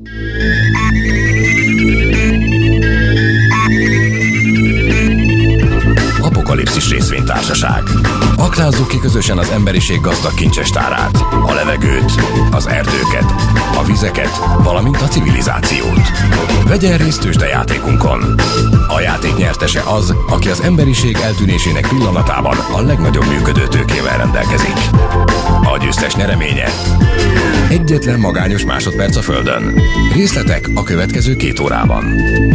Apokalipszis részvénytársaság. Aknázzuk ki közösen az emberiség gazdag kincsestárát, a levegőt, az erdőket, a vizeket, valamint a civilizációt. Vegyen részt tőzsdejátékunkon. A játék nyertese az, aki az emberiség eltűnésének pillanatában a legnagyobb működő tőkével rendelkezik. A győztes nyereménye egyetlen magányos másodperc a Földön. Részletek a következő 2 órában.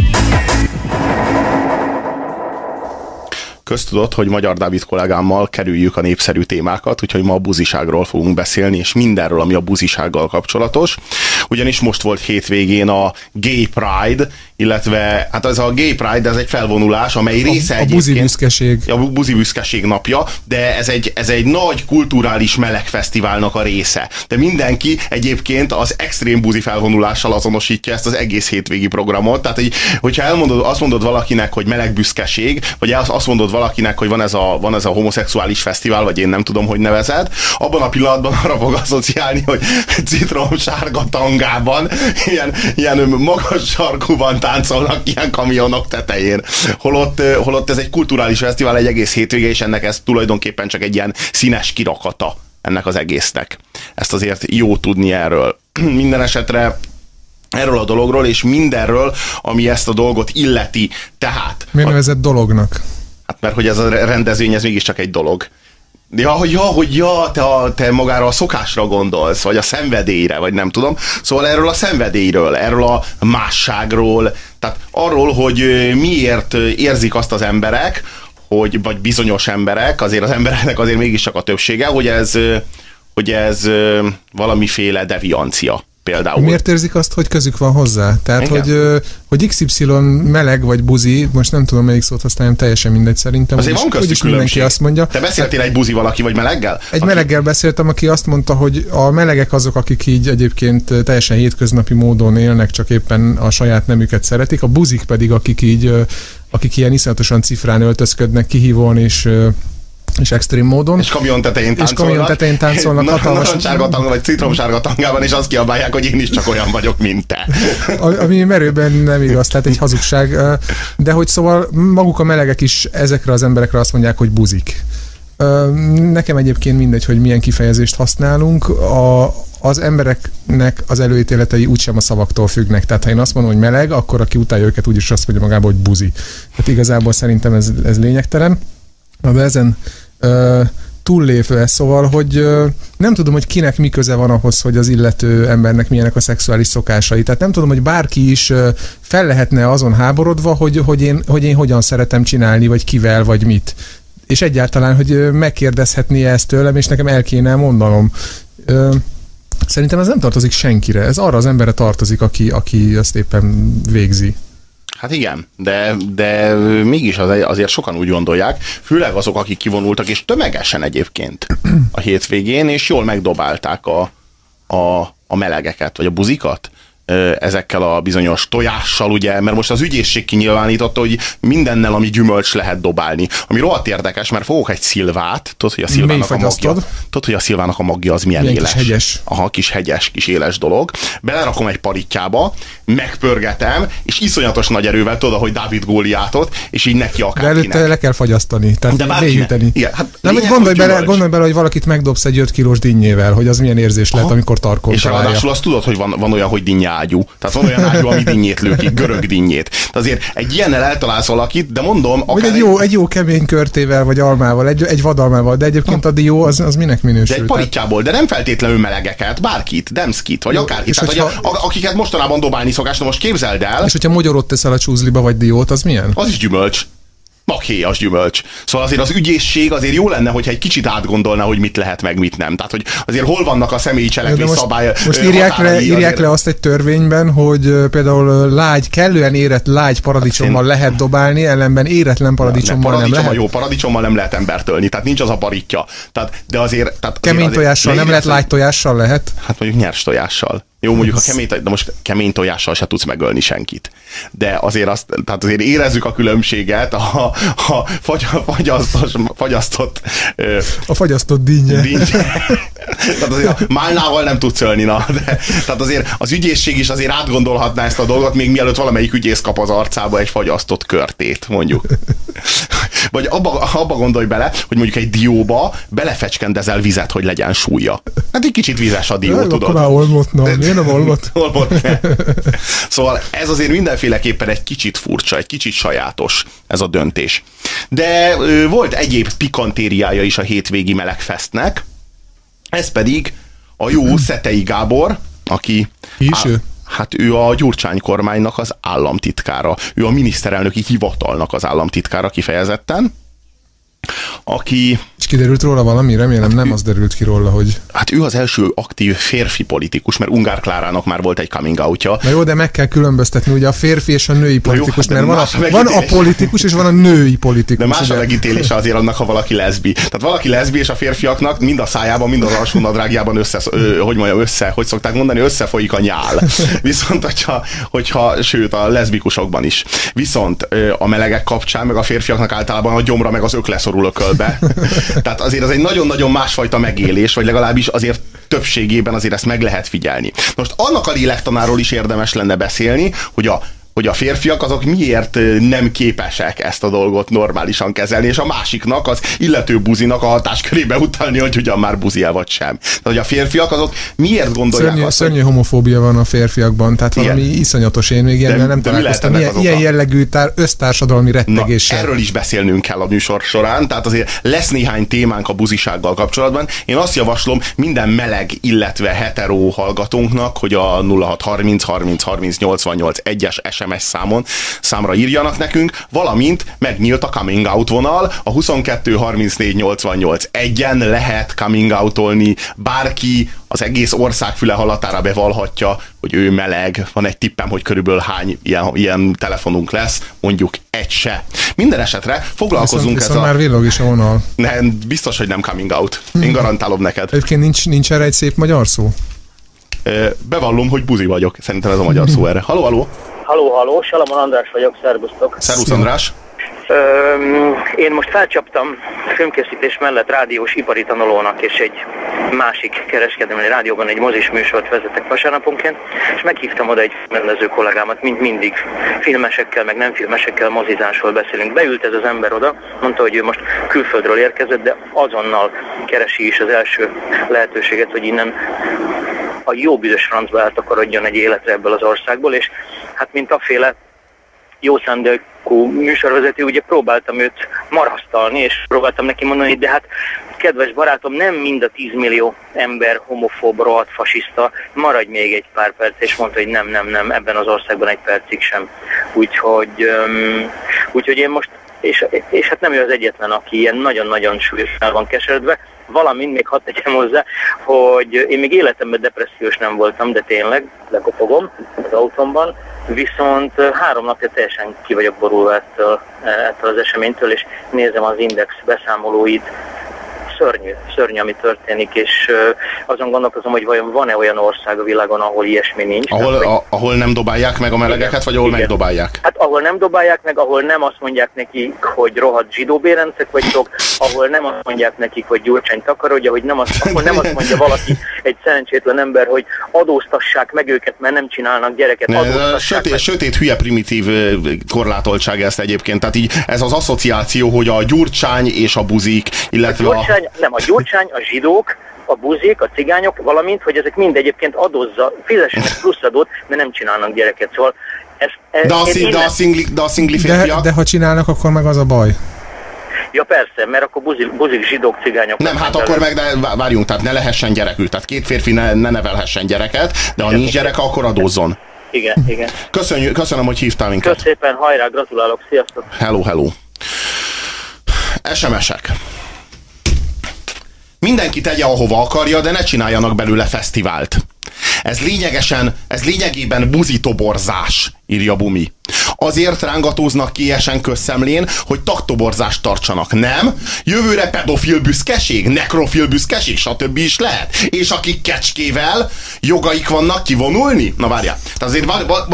Köztudott, hogy Magyar Dávid kollégámmal kerüljük a népszerű témákat, úgyhogy ma a buziságról fogunk beszélni, és mindenről, ami a buzisággal kapcsolatos. Ugyanis most volt hétvégén a Gay Pride, illetve hát ez a Gay Pride, ez egy felvonulás, amely része a buzibüszkeség. A buzibüszkeség napja, de ez egy nagy kulturális melegfesztiválnak a része. De mindenki egyébként az extrém buzi felvonulással azonosítja ezt az egész hétvégi programot. Tehát, hogyha azt mondod valakinek, hogy melegbüszkeség, vagy azt mondod valakinek, hogy van ez a homoszexuális fesztivál, vagy én nem tudom, hogy nevezed, abban a pillanatban arra fog asszociálni, hogy citromsárga tangában, ilyen magas sarkúban táncolnak ilyen kamionok tetején. Holott ez egy kulturális fesztivál, egy egész hétvége, és ennek ez tulajdonképpen csak egy ilyen színes kirakata ennek az egésznek. Ezt azért jó tudni erről. Minden esetre erről a dologról, és mindenről, ami ezt a dolgot illeti. Tehát... Miért nevezett dolognak? Hát mert hogy ez a rendezvény, ez mégiscsak egy dolog. Te magára a szokásra gondolsz, vagy a szenvedélyre, vagy nem tudom. Szóval erről a szenvedélyről, erről a másságról, tehát arról, hogy miért érzik azt az emberek, vagy bizonyos emberek, azért az embereknek azért mégiscsak a többsége, hogy ez valamiféle deviancia. Például. Miért érzik azt, hogy közük van hozzá? Tehát, hogy XY meleg vagy buzi, most nem tudom, melyik szót használjam, teljesen mindegy szerintem. Azért van köztük különbség. Azt mondja. Te beszéltél egy buzi valaki, vagy meleggel? Meleggel beszéltem, aki azt mondta, hogy a melegek azok, akik így egyébként teljesen hétköznapi módon élnek, csak éppen a saját nemüket szeretik, a buzik pedig, akik ilyen iszonyatosan cifrán öltözködnek, kihívón és extrém módon. És kamion tetején táncolnak. Narancssárga tanga, vagy citromsárga tangában, és azt kiabálják, hogy én is csak olyan vagyok, mint te. Ami merőben nem igaz, tehát egy hazugság. De hogy szóval maguk a melegek is ezekre az emberekre azt mondják, hogy buzik. Nekem egyébként mindegy, hogy milyen kifejezést használunk. Az embereknek az előítéletei úgysem a szavaktól függnek. Tehát ha én azt mondom, hogy meleg, akkor aki utálja őket úgyis azt mondja magába, hogy buzi. Tehát igazából szerintem ez lényegtelen. De ezen túllépve, szóval, hogy nem tudom, hogy kinek mi köze van ahhoz, hogy az illető embernek milyenek a szexuális szokásai. Tehát nem tudom, hogy bárki is fel lehetne azon háborodva, hogy én hogyan szeretem csinálni, vagy kivel, vagy mit. És egyáltalán, hogy megkérdezhetnie ezt tőlem, és nekem el kéne mondanom. Szerintem ez nem tartozik senkire. Ez arra az emberre tartozik, aki azt éppen végzi. Hát igen, de mégis azért sokan úgy gondolják, főleg azok, akik kivonultak, és tömegesen egyébként a hétvégén, és jól megdobálták a melegeket, vagy a buzikat ezekkel a bizonyos tojással, ugye, mert most az ügyészség kinyilvánította, hogy mindennel, ami gyümölcs, lehet dobálni. Ami rohadt érdekes, mert fogok egy szilvát, tudod, hogy a szilvának a magja az milyen éles. Kis hegyes. Aha, kis hegyes, kis éles dolog. Belerakom egy parittyába, megpörgetem, és iszonyatos nagy erővel, tudod, hogy Dávid Góliátot, és így neki akárkinek. De előtte le kell fagyasztani, tehát mélyíteni. Nem, hogy gondolj bele, hogy valakit megdobsz egy 5 kilós dinnyével, hogy az milyen érzés lehet, amikor tarkon találja. És ráadásul azt tudod, hogy van olyan, hogy dinnyágyú. Tehát van olyan ágyú, ami dinnyét lő ki, görög dinnyét. Tehát azért egy ilyennel eltalálsz valakit, de mondom... Vagy egy jó kemény körtével, vagy almával, egy vadalmával, de egyébként a dió az minek minősül? De egy parittyából, de nem feltétlenül melegeket, bárkit, demszkit, vagy akárkit. Tehát, akiket mostanában dobálni szokás, most képzeld el... És hogyha mogyorot teszel a csúzliba, vagy diót, az milyen? Az is gyümölcs. Maghéjas gyümölcs. Szóval azért az ügyészség azért jó lenne, hogyha egy kicsit átgondolna, hogy mit lehet meg, mit nem. Tehát, hogy azért hol vannak a személyi cselekvés szabály. Most írják le azt egy törvényben, hogy például kellően érett lágy paradicsommal lehet dobálni, ellenben éretlen paradicsommal nem lehet. Jó paradicsommal nem lehet embert ölni, tehát nincs az a paritja. De azért... Kemény tojással nem lehet, lágy tojással lehet? Hát mondjuk nyers tojással. Jó, mondjuk de most kemény tojással se tudsz megölni senkit. De azért tehát azért érezzük a különbséget a fagyasztott a fagyasztott dinnye. Tehát azért a málnával nem tudsz ölni, tehát azért az ügyészség is azért átgondolhatná ezt a dolgot, még mielőtt valamelyik ügyész kap az arcába egy fagyasztott körtét, mondjuk. Vagy abba gondolj bele, hogy mondjuk egy dióba belefecskendezel vizet, hogy legyen súlya. Hát egy kicsit vizes a dió, tudod. Akkor már olmotna. Miért nem olmot? Szóval ez azért mindenféleképpen egy kicsit furcsa, egy kicsit sajátos ez a döntés. De volt egyéb pikantériája is a hétvégi Melegfestnek, ez pedig a jó Szetei Gábor, aki... Hát ő a Gyurcsány kormánynak az államtitkára. Ő a miniszterelnöki hivatalnak az államtitkára kifejezetten, aki... És kiderült róla valami? Remélem nem az derült ki róla, hogy... Hát ő az első aktív férfi politikus, mert Ungár Klárának már volt egy coming outja. Na jó, de meg kell különböztetni ugye a férfi és a női politikus, jó, mert van a politikus és van a női politikus. De más a megítélése azért annak, ha valaki leszbi. Tehát valaki leszbi, és a férfiaknak mind a szájában, mind az alsó nadrágjában hogy szokták mondani, összefolyik a nyál. Viszont, hogyha sőt, a leszbikusokban is. Viszont a melegek kapcsán, meg a férfiaknak általában a gyomra, meg az leszorul ökölbe. Tehát azért az egy nagyon-nagyon másfajta megélés, vagy legalábbis azért többségében azért ezt meg lehet figyelni. Most annak a lélektanáról is érdemes lenne beszélni, hogy a férfiak azok miért nem képesek ezt a dolgot normálisan kezelni, és a másiknak, az illető buzinak a hatáskörébe utalni, hogy ugyan már buzi-e vagy sem. Tehát, hogy a férfiak azok miért gondolják szörnyű homofóbia van a férfiakban, tehát igen. Valami iszonyatos, én még ilyennel nem találkoztam. Ilyen jellegű össztársadalmi rettegéssel. Erről is beszélnünk kell a műsor során, tehát azért lesz néhány témánk a buzisággal kapcsolatban. Én azt javaslom minden meleg, illetve hetero hallgatónknak, hogy a 0630 30 30 88 1-es SMS számra írjanak nekünk, valamint megnyílt a coming out vonal, a 22 34 88 1-en lehet coming outolni, bárki az egész ország füle hallatára bevallhatja, hogy ő meleg. Van egy tippem, hogy körülbelül hány ilyen telefonunk lesz, mondjuk egy se. Minden esetre foglalkozunk ezzel. Már villog is a vonal. Nem, biztos, hogy nem coming out. Én garantálom neked. Egyébként nincs erre egy szép magyar szó? Bevallom, hogy buzi vagyok. Szerintem ez a magyar szó erre. Halló? Halló, Salamon András vagyok, szervusztok. Szervusz András. Én most felcsaptam filmkészítés mellett rádiós ipari tanulónak, és egy másik kereskedelmi rádióban egy mozis műsort vezetek vasárnaponként, és meghívtam oda egy rendező kollégámat, mint mindig filmesekkel, meg nem filmesekkel mozizásról beszélünk. Beült ez az ember oda, mondta, hogy ő most külföldről érkezett, de azonnal keresi is az első lehetőséget, hogy innen a jó büdös francba eltakarodjon egy életre ebből az országból, és hát mint aféle jó szándékú műsorvezető, ugye próbáltam őt marasztalni, és próbáltam neki mondani, de hát kedves barátom, nem mind a 10 millió ember homofób, rohadt fasiszta, maradj még egy pár perc, és mondta, hogy nem, ebben az országban egy percig sem. Úgyhogy én most, és hát nem ő az egyetlen, aki ilyen nagyon-nagyon súlyosan van keseredve, valamint még hadd tegyem hozzá, hogy én még életemben depressziós nem voltam, de tényleg lekopogom az autómban, viszont 3 napja teljesen ki vagyok borulva ettől az eseménytől, és nézem az Index beszámolóit. Szörnyű, ami történik, és azon gondolkozom, hogy vajon van-e olyan ország a világon, ahol ilyesmi nincs. Ahol nem dobálják meg a melegeket, vagy ahol megdobálják? Hát ahol nem dobálják meg, ahol nem azt mondják nekik, hogy rohadt zsidó bérencek vagytok, ahol nem azt mondják nekik, hogy Gyurcsány takarodja, ahol nem azt mondja valaki, egy szerencsétlen ember, hogy adóztassák meg őket, mert nem csinálnak gyereket. Sötét, hülye, primitív korlátoltság ezt egyébként. Tehát így ez az asszociáció, hogy a Gyurcsány és a buzik, illetve a Gyurcsány, a zsidók, a buzik, a cigányok, valamint, hogy ezek mind egyébként fizessenek plusz adót, mert nem csinálnak gyereket. Szóval de a szingli férfiak... De ha csinálnak, akkor meg az a baj. Ja persze, mert akkor buzik, zsidók, cigányok... Nem, hát akkor meg várjunk, tehát ne lehessen gyerekük. Tehát 2 férfi ne nevelhessen gyereket, de ha nincs gyereke, akkor adózzon. Igen. Köszönöm, hogy hívtál minket. Köszönöm szépen, hajrá, gratulálok, sziasztok! Hello. SMS-ek. Mindenki tegye, ahova akarja, de ne csináljanak belőle fesztivált. Ez lényegében buzitoborzás, írja Bumi. Azért rángatóznak kiesen közszemlén, hogy taktoborzást tartsanak, nem? Jövőre pedofil büszkeség, nekrofil büszkeség, stb. Is lehet. És akik kecskével jogaik vannak kivonulni? Na várjál. Tehát azért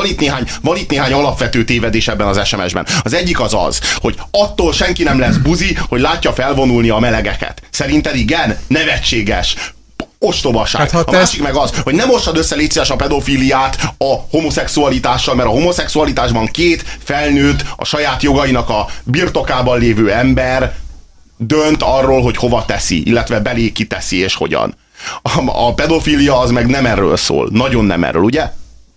van itt néhány alapvető tévedés ebben az SMS-ben. Az egyik az, hogy attól senki nem lesz buzi, hogy látja felvonulni a melegeket. Szerinted igen? Nevetséges. Ostobaság. Hát, a másik meg az, hogy nem mossad össze légy szíves a pedofíliát a homoszexualitással, mert a homoszexualitásban két felnőtt, a saját jogainak a birtokában lévő ember dönt arról, hogy hova teszi, illetve belé kiteszi és hogyan. A pedofília az meg nem erről szól. Nagyon nem erről, ugye?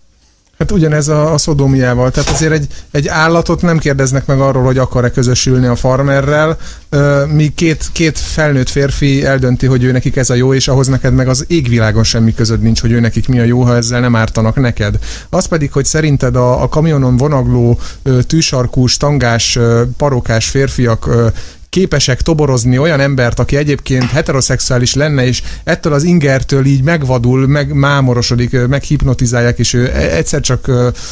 Hát ugyanez a szodómiával. Tehát azért egy állatot nem kérdeznek meg arról, hogy akar-e közösülni a farmerrel, míg két felnőtt férfi eldönti, hogy ő nekik ez a jó, és ahhoz neked meg az égvilágon semmi közöd nincs, hogy ő nekik mi a jó, ha ezzel nem ártanak neked. Az pedig, hogy szerinted a kamionon vonagló tűsarkús, tangás, parókás férfiak képesek toborozni olyan embert, aki egyébként heteroszexuális lenne, és ettől az ingertől így megvadul, megmámorosodik, meghipnotizálják, és ő egyszer csak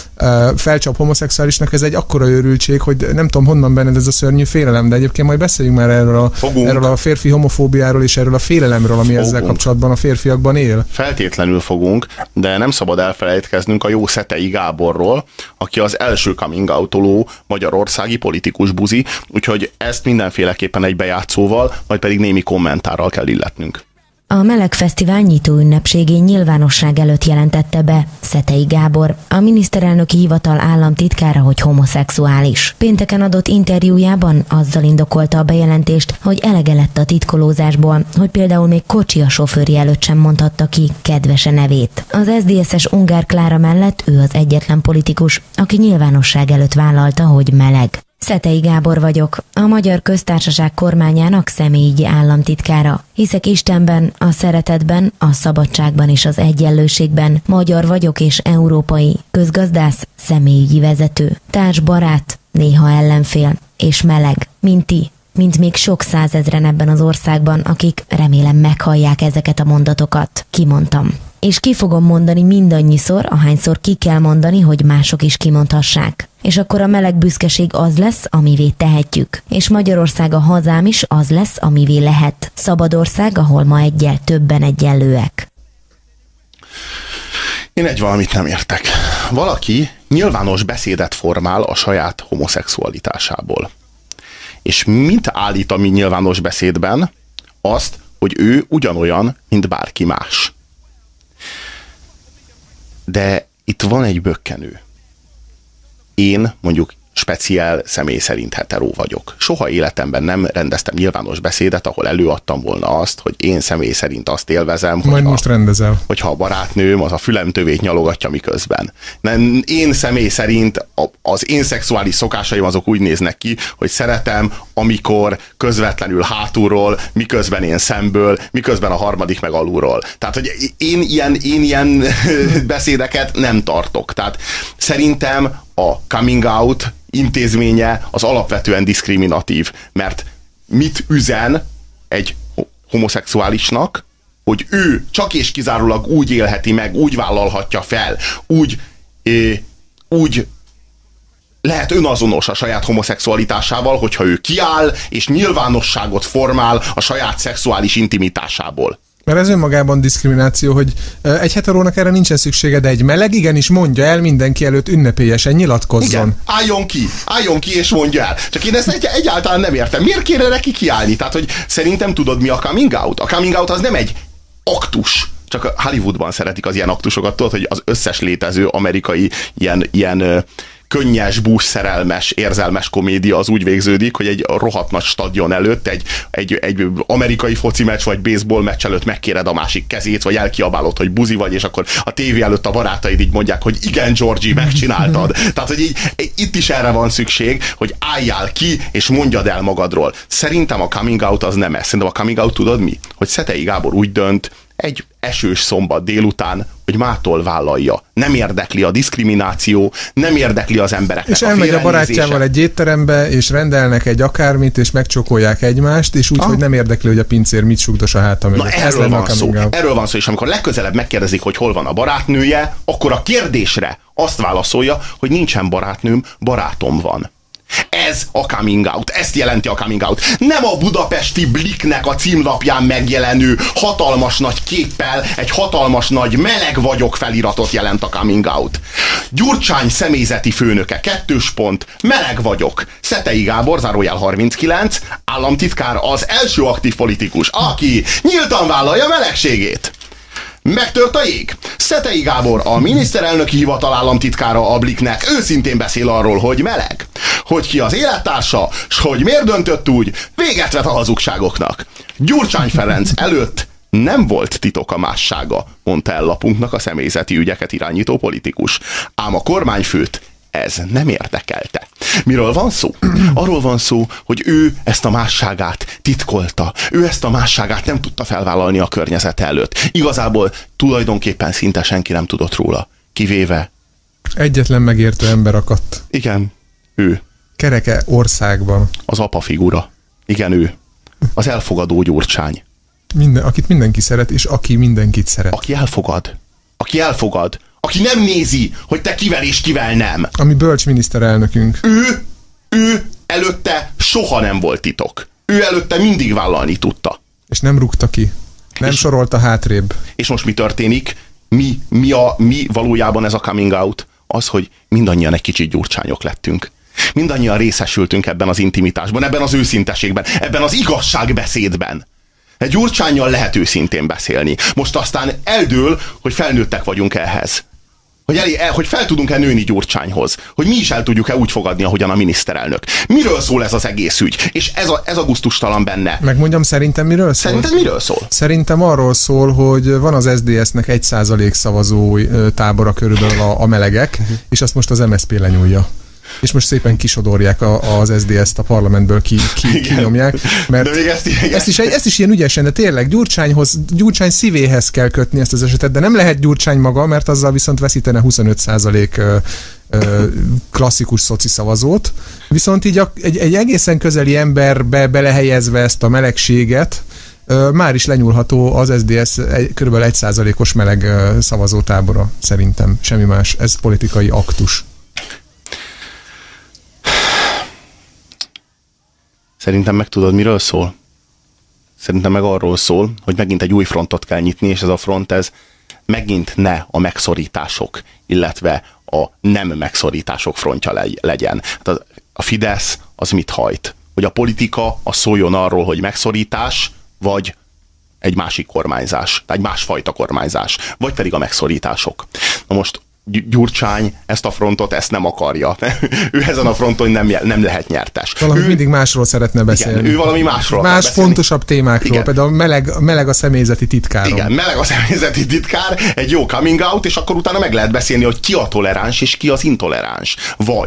felcsap homoszexuálisnak, ez egy akkora őrültség, hogy nem tudom, honnan benned ez a szörnyű félelem, de egyébként majd beszéljünk már erről a férfi homofóbiáról, és erről a félelemről, ami ezzel kapcsolatban a férfiakban él. Feltétlenül fogunk, de nem szabad elfelejtkeznünk a jó Szetei Gáborról, aki az első coming out-oló magyarországi politikus buzi, úgyhogy ezt mindenféleképpen egy bejátszóval, majd pedig némi kommentárral kell illetnünk. A Meleg Fesztivál nyitó ünnepségén nyilvánosság előtt jelentette be Szetei Gábor, a miniszterelnöki hivatal államtitkára, hogy homoszexuális. Pénteken adott interjújában azzal indokolta a bejelentést, hogy elege lett a titkolózásból, hogy például még kocsi a sofőri előtt sem mondhatta ki kedvese nevét. Az SZDSZ-es Ungár Klára mellett ő az egyetlen politikus, aki nyilvánosság előtt vállalta, hogy meleg. Szetei Gábor vagyok, a Magyar Köztársaság kormányának személyi államtitkára. Hiszek Istenben, a szeretetben, a szabadságban és az egyenlőségben. Magyar vagyok és európai, közgazdász, személyi vezető, társbarát, néha ellenfél, és meleg, mint ti, mint még sok százezren ebben az országban, akik remélem meghallják ezeket a mondatokat. Kimondtam. És ki fogom mondani mindannyiszor, ahányszor ki kell mondani, hogy mások is kimondhassák. És akkor a meleg büszkeség az lesz, amivé tehetjük. És Magyarország a hazám is az lesz, amivé lehet. Szabad ország, ahol ma egyel többen egyenlőek. Én egy valamit nem értek. Valaki nyilvános beszédet formál a saját homoszexualitásából. És mit állít a mi nyilvános beszédben? Azt, hogy ő ugyanolyan, mint bárki más. De itt van egy bökkenő. Én mondjuk speciál személy szerint hetero vagyok. Soha életemben nem rendeztem nyilvános beszédet, ahol előadtam volna azt, hogy én személy szerint azt élvezem, majd most rendezel. Hogyha a barátnőm az a fülemtövét nyalogatja miközben. Nem, én személy szerint az én szexuális szokásaim azok úgy néznek ki, hogy szeretem, amikor közvetlenül hátulról, miközben én szemből, miközben a harmadik meg alulról. Tehát, hogy én ilyen beszédeket nem tartok. Tehát szerintem a coming out intézménye az alapvetően diszkriminatív, mert mit üzen egy homoszexuálisnak, hogy ő csak és kizárólag úgy élheti meg, úgy vállalhatja fel, úgy lehet önazonos a saját homoszexualitásával, hogyha ő kiáll és nyilvánosságot formál a saját szexuális intimitásából. Mert ez önmagában diszkrimináció, hogy egy heterónak erre nincsen szüksége, de egy meleg igenis mondja el mindenki előtt ünnepélyesen, nyilatkozzon. Igen, álljon ki és mondja el. Csak én ezt egyáltalán nem értem. Miért kéne neki kiállni? Tehát, hogy szerintem tudod, mi a coming out? A coming out az nem egy aktus. Csak Hollywoodban szeretik az ilyen aktusokat, tudod, hogy az összes létező amerikai ilyen könnyes, bússzerelmes, érzelmes komédia az úgy végződik, hogy egy rohadt nagy stadion előtt, egy amerikai foci meccs vagy baseball meccs előtt megkéred a másik kezét, vagy elkiabálod, hogy buzi vagy, és akkor a tévé előtt a barátaid így mondják, hogy igen, Georgie, megcsináltad. Tehát, hogy itt is erre van szükség, hogy álljál ki, és mondjad el magadról. Szerintem a coming out az nem ez. Szerintem a coming out tudod mi? Hogy Szetei Gábor úgy dönt, egy esős szombat délután, hogy mától vállalja. Nem érdekli a diszkrimináció, nem érdekli az embereknek és elmegy a barátjával egy étterembe, és rendelnek egy akármit, és megcsókolják egymást, és úgy, hogy nem érdekli, hogy a pincér mit sugdos a háta mögött. Na erről van szó, és amikor legközelebb megkérdezik, hogy hol van a barátnője, akkor a kérdésre azt válaszolja, hogy nincsen barátnőm, barátom van. Ez a coming out, ezt jelenti a coming out. Nem a budapesti Bliknek a címlapján megjelenő hatalmas nagy képpel egy hatalmas nagy meleg vagyok feliratot jelent a coming out. Gyurcsány személyzeti főnöke, 2. meleg vagyok. Szetei Gábor, zárójel 39, államtitkár, az első aktív politikus, aki nyíltan vállalja melegségét. Megtört a jég. Szetei Gábor, a miniszterelnöki hivatal államtitkára a Bliknek őszintén beszél arról, hogy meleg, hogy ki az élettársa, s hogy miért döntött úgy, véget vet a hazugságoknak. Gyurcsány Ferenc előtt nem volt titok a mássága, mondta el lapunknak a személyzeti ügyeket irányító politikus. Ám a kormányfőt ez nem érdekelte. Miről van szó? Arról van szó, hogy ő ezt a másságát titkolta. Ő ezt a másságát nem tudta felvállalni a környezete előtt. Igazából tulajdonképpen szinte senki nem tudott róla. Kivéve... egyetlen megértő ember akadt. Igen, ő. Kereke országban. Az apa figura. Igen, ő. Az elfogadó Gyurcsány. Akit mindenki szeret, és aki mindenkit szeret. Aki elfogad. Aki elfogad. Aki nem nézi, hogy te kivel és kivel nem. Ami bölcs miniszterelnökünk. Ő előtte soha nem volt titok. Ő előtte mindig vállalni tudta. És nem rúgta ki. Nem sorolta hátrébb. És most mi történik? Mi valójában ez a coming out? Az, hogy mindannyian egy kicsit gyurcsányok lettünk. Mindannyian részesültünk ebben az intimitásban, ebben az őszinteségben, ebben az igazságbeszédben. Egy Gyurcsánnyal lehet őszintén beszélni. Most aztán eldől, hogy felnőttek vagyunk ehhez. Hogy fel tudunk-e nőni Gyurcsányhoz. Hogy mi is el tudjuk-e úgy fogadni, ahogyan a miniszterelnök. Miről szól ez az egész ügy? És ez a gusztustalan benne. Megmondjam, szerintem miről szól? Szerinted miről szól? Szerintem arról szól, hogy van az SZDSZ-nek 1% szavazó tábora körülbelül a melegek, és azt most az MSZP lenyúlja. És most szépen kisodorják az SZDSZ-t a parlamentből, kinyomják. Mert ezt is ilyen ügyesen, de tényleg Gyurcsány szívéhez kell kötni ezt az esetet, de nem lehet Gyurcsány maga, mert azzal viszont veszítene 25% klasszikus szoci szavazót. Viszont így egy egészen közeli emberbe belehelyezve ezt a melegséget, már is lenyúlható az SZDSZ kb. 1%-os meleg szavazótábora, szerintem. Semmi más. Ez politikai aktus. Szerintem meg tudod, miről szól? Szerintem meg arról szól, hogy megint egy új frontot kell nyitni, és ez a front ez megint ne a megszorítások, illetve a nem megszorítások frontja legyen. Hát a Fidesz az mit hajt? Hogy a politika az szóljon arról, hogy megszorítás, vagy egy másik kormányzás, egy másfajta kormányzás, vagy pedig a megszorítások. Na most Gyurcsány ezt a frontot, ezt nem akarja. Ő ezen a fronton nem lehet nyertes. Valami mindig másról szeretne beszélni. Igen, ő valami másról akar beszélni. Fontosabb témákról, igen. Például meleg a személyzeti titkár. Igen, meleg a személyzeti titkár, egy jó coming out, és akkor utána meg lehet beszélni, hogy ki a toleráns, és ki az intoleráns.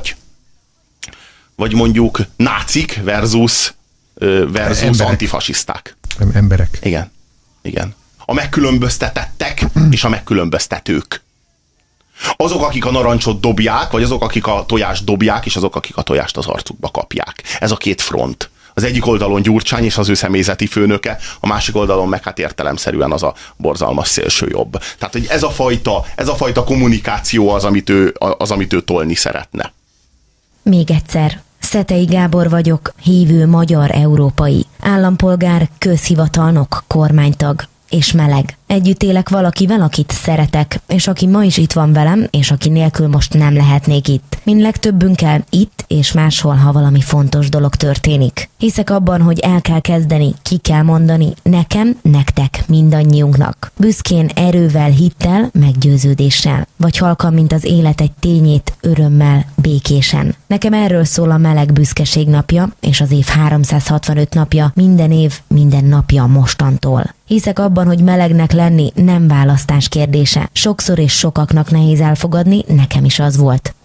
Vagy mondjuk nácik versus antifasiszták. Emberek. Igen. A megkülönböztetettek és a megkülönböztetők. Azok, akik a narancsot dobják, vagy azok, akik a tojást dobják, és azok, akik a tojást az arcukba kapják. Ez a két front. Az egyik oldalon Gyurcsány és az ő személyzeti főnöke, a másik oldalon meg hát értelemszerűen az a borzalmas szélsőjobb. Tehát, hogy ez a fajta kommunikáció az, amit ő tolni szeretne. Még egyszer. Szetei Gábor vagyok, hívő magyar európai, állampolgár, közhivatalnok, kormánytag és meleg. Együtt élek valakivel, akit szeretek, és aki ma is itt van velem, és aki nélkül most nem lehetnék itt. Mind legtöbbünkkel itt és máshol, ha valami fontos dolog történik. Hiszek abban, hogy el kell kezdeni, ki kell mondani, nekem, nektek, mindannyiunknak. Büszkén, erővel, hittel, meggyőződéssel. Vagy halkan, mint az élet egy tényét, örömmel, békésen. Nekem erről szól a meleg büszkeség napja, és az év 365 napja, minden év, minden napja mostantól. Hiszek abban, hogy melegnek lenni nem választás kérdése. Sokszor és sokaknak nehéz elfogadni, nekem is az volt.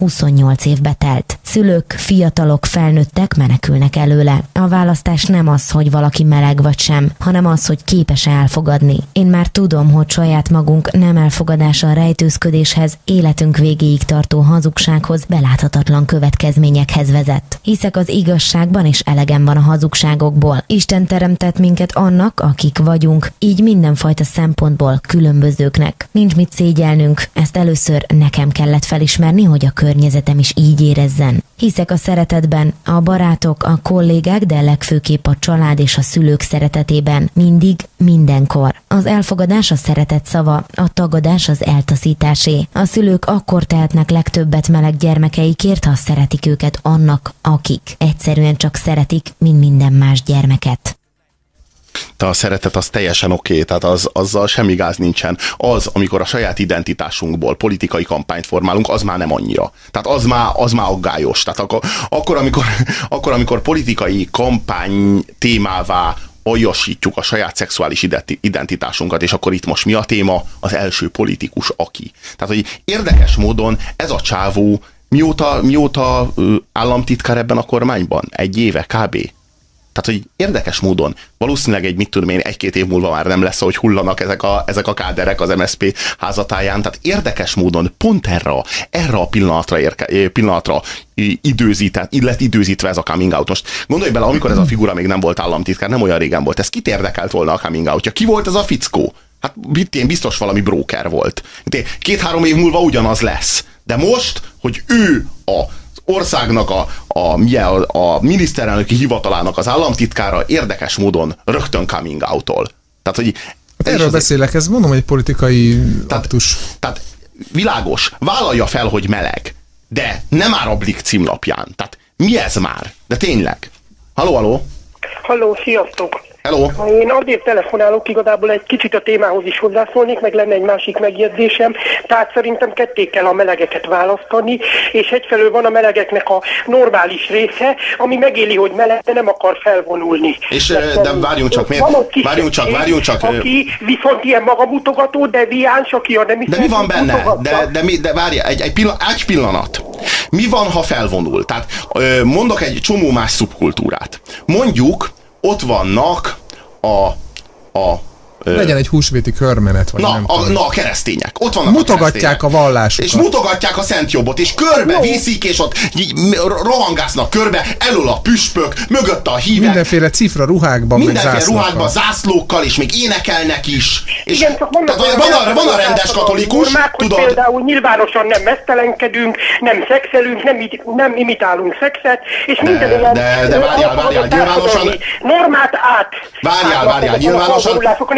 28 évbe telt. Szülők, fiatalok, felnőttek menekülnek előle. A választás nem az, hogy valaki meleg vagy sem, hanem az, hogy képes elfogadni. Én már tudom, hogy saját magunk nem elfogadása a rejtőzködéshez, életünk végéig tartó hazugsághoz, beláthatatlan következményekhez vezet. Hiszek az igazságban, és elegem van a hazugságokból. Isten teremtett minket annak, akik vagyunk, így mindenfajta szempontból különbözőknek. Nincs mit szégyelnünk, ezt először nekem kellett felismerni, hogy a környezetem is így érezzen. Hiszek a szeretetben, a barátok, a kollégák, de legfőképp a család és a szülők szeretetében, mindig, mindenkor. Az elfogadás a szeretet szava, a tagadás az eltaszításé. A szülők akkor tehetnek legtöbbet meleg gyermekeikért, ha szeretik őket annak, akik. Egyszerűen csak szeretik, mint minden más gyermeket. De a szeretet az teljesen oké, tehát azzal semmi gáz nincsen. Az, amikor a saját identitásunkból politikai kampányt formálunk, az már nem annyira. Tehát az már aggályos. Tehát akkor, amikor politikai kampány témává aljasítjuk a saját szexuális identitásunkat, és akkor itt most mi a téma? Az első politikus aki. Tehát, hogy érdekes módon ez a csávó mióta államtitkár ebben a kormányban? 1 éve kb. Tehát, hogy érdekes módon, valószínűleg egy-két év múlva már nem lesz, hogy hullanak ezek a káderek az MSZP házatáján. Tehát érdekes módon pont erre a pillanatra lett időzítve ez a coming out. Most gondolj bele, amikor ez a figura még nem volt államtitkár, nem olyan régen volt, ez kit érdekelt volna a coming outja? Ki volt ez a fickó? Hát biztos valami broker volt. 2-3 év múlva ugyanaz lesz. De most, hogy ő a országnak a miniszterelnöki hivatalának az államtitkára érdekes módon rögtön coming out-ol. Tehát, hogy erről beszélek, ez mondom, egy politikai aktus. Tehát világos, vállalja fel, hogy meleg, de nem áll a Blick címlapján. Tehát mi ez már? De tényleg. Halló? Halló, sziasztok! Hello. Én azért telefonálok, igazából egy kicsit a témához is hozzászólnék, meg lenne egy másik megjegyzésem. Tehát szerintem ketté kell a melegeket választani, és egyfelől van a melegeknek a normális része, ami megéli, hogy meleg, de nem akar felvonulni. És de várjunk csak, miért? Várjunk csak. Aki viszont ilyen magamutogató, deviáns, aki a nem is... De mi van benne? De várjál, egy pillanat. Mi van, ha felvonul? Tehát mondok egy csomó más szubkultúrát. Mondjuk, ott vannak legyen egy húsvéti körmenet, vagy a keresztények. Ott vannak mutogatják a vallásukat. És mutogatják a Szent Jobbot, és körbe viszik, és ott rohangásznak körbe, elől a püspök, mögött a hívek. Mindenféle cifra ruhákban, mindenféle ruhákban, zászlókkal, és még énekelnek is. És igen, csak van a rendes katolikus, tudod? Például nyilvánosan nem mesztelenkedünk, nem szexelünk, nem imitálunk szexet, és minden ilyen... De várjál, nyilvánosan... Normát át... Várjál, nyilvánosan...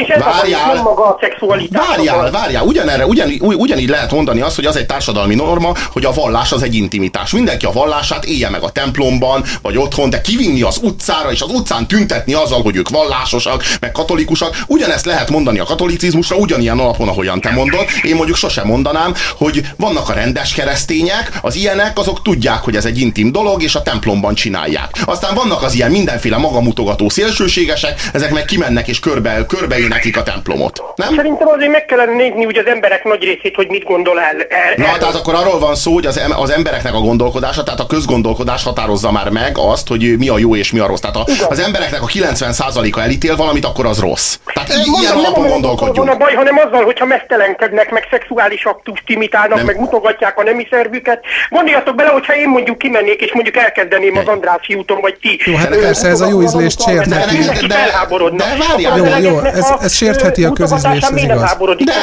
Várjál, ugyanígy lehet mondani azt, hogy az egy társadalmi norma, hogy a vallás az egy intimitás. Mindenki a vallását élje meg a templomban, vagy otthon, de kivinni az utcára, és az utcán tüntetni azzal, hogy ők vallásosak, meg katolikusak. Ugyanezt lehet mondani a katolicizmusra, ugyanilyen alapon, ahogyan te mondod. Én mondjuk sosem mondanám, hogy vannak a rendes keresztények, az ilyenek, azok tudják, hogy ez egy intim dolog, és a templomban csinálják. Aztán vannak az ilyen mindenféle magamutogató szélsőségesek, ezek meg kimennek és körbe éneklik a templomot. Nem? Szerintem azért meg kellene nézni úgy az emberek nagy részét, hogy mit gondol el. Tehát akkor arról van szó, hogy az embereknek a gondolkodása, tehát a közgondolkodás határozza már meg azt, hogy mi a jó és mi a rossz. Tehát az embereknek a 90%-a elítél valamit, akkor az rossz. Tehát ilyen alapon gondolkodjunk. Van a baj, hanem azzal, hogyha mesztelenkednek, meg szexuális aktust imitálnak, meg mutogatják a nemi szervüket. Gondoljatok bele, hogyha én mondjuk kimennék, és mondjuk elkezdeném az Andrássy úton, vagy ti. Jó, hát persze ez a jó ízlést sértheti. De várjál, jó, ez sértheti a közízlést, ez igaz.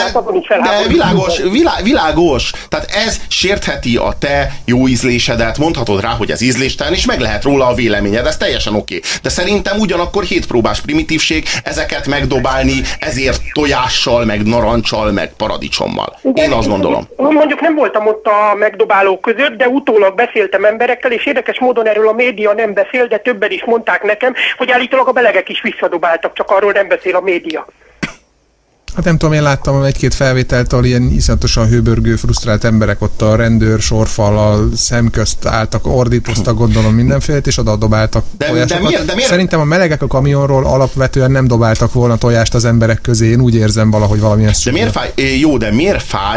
De világos. Tehát ez sértheti a te jó ízlésedet, mondhatod rá, hogy ez ízléstelen, és meg lehet róla a véleményed, ez teljesen oké. De szerintem ugyanakkor hétpróbás primitívség ezeket megdobálni, ezért tojással, meg narancsal, meg paradicsommal. Én azt gondolom. Mondjuk nem voltam ott a megdobálók között, de utólag beszéltem emberekkel, és érdekes módon erről a média nem beszél, de többen is mondták nekem, hogy állítólag a belegek is visszadobáltak, csak arról nem beszél a média. Hát nem tudom, én láttam egy-két felvételt, ahol ilyen iszonyatosan hőbörgő, frusztrált emberek ott a rendőr sorfallal szemközt álltak, ordítoztak, gondolom mindenfélét, és oda dobáltak tojásokat. De miért? Szerintem a melegek a kamionról alapvetően nem dobáltak volna tojást az emberek közé, én úgy érzem valahogy valamilyen szükség. De miért fáj? Jó, de miért fáj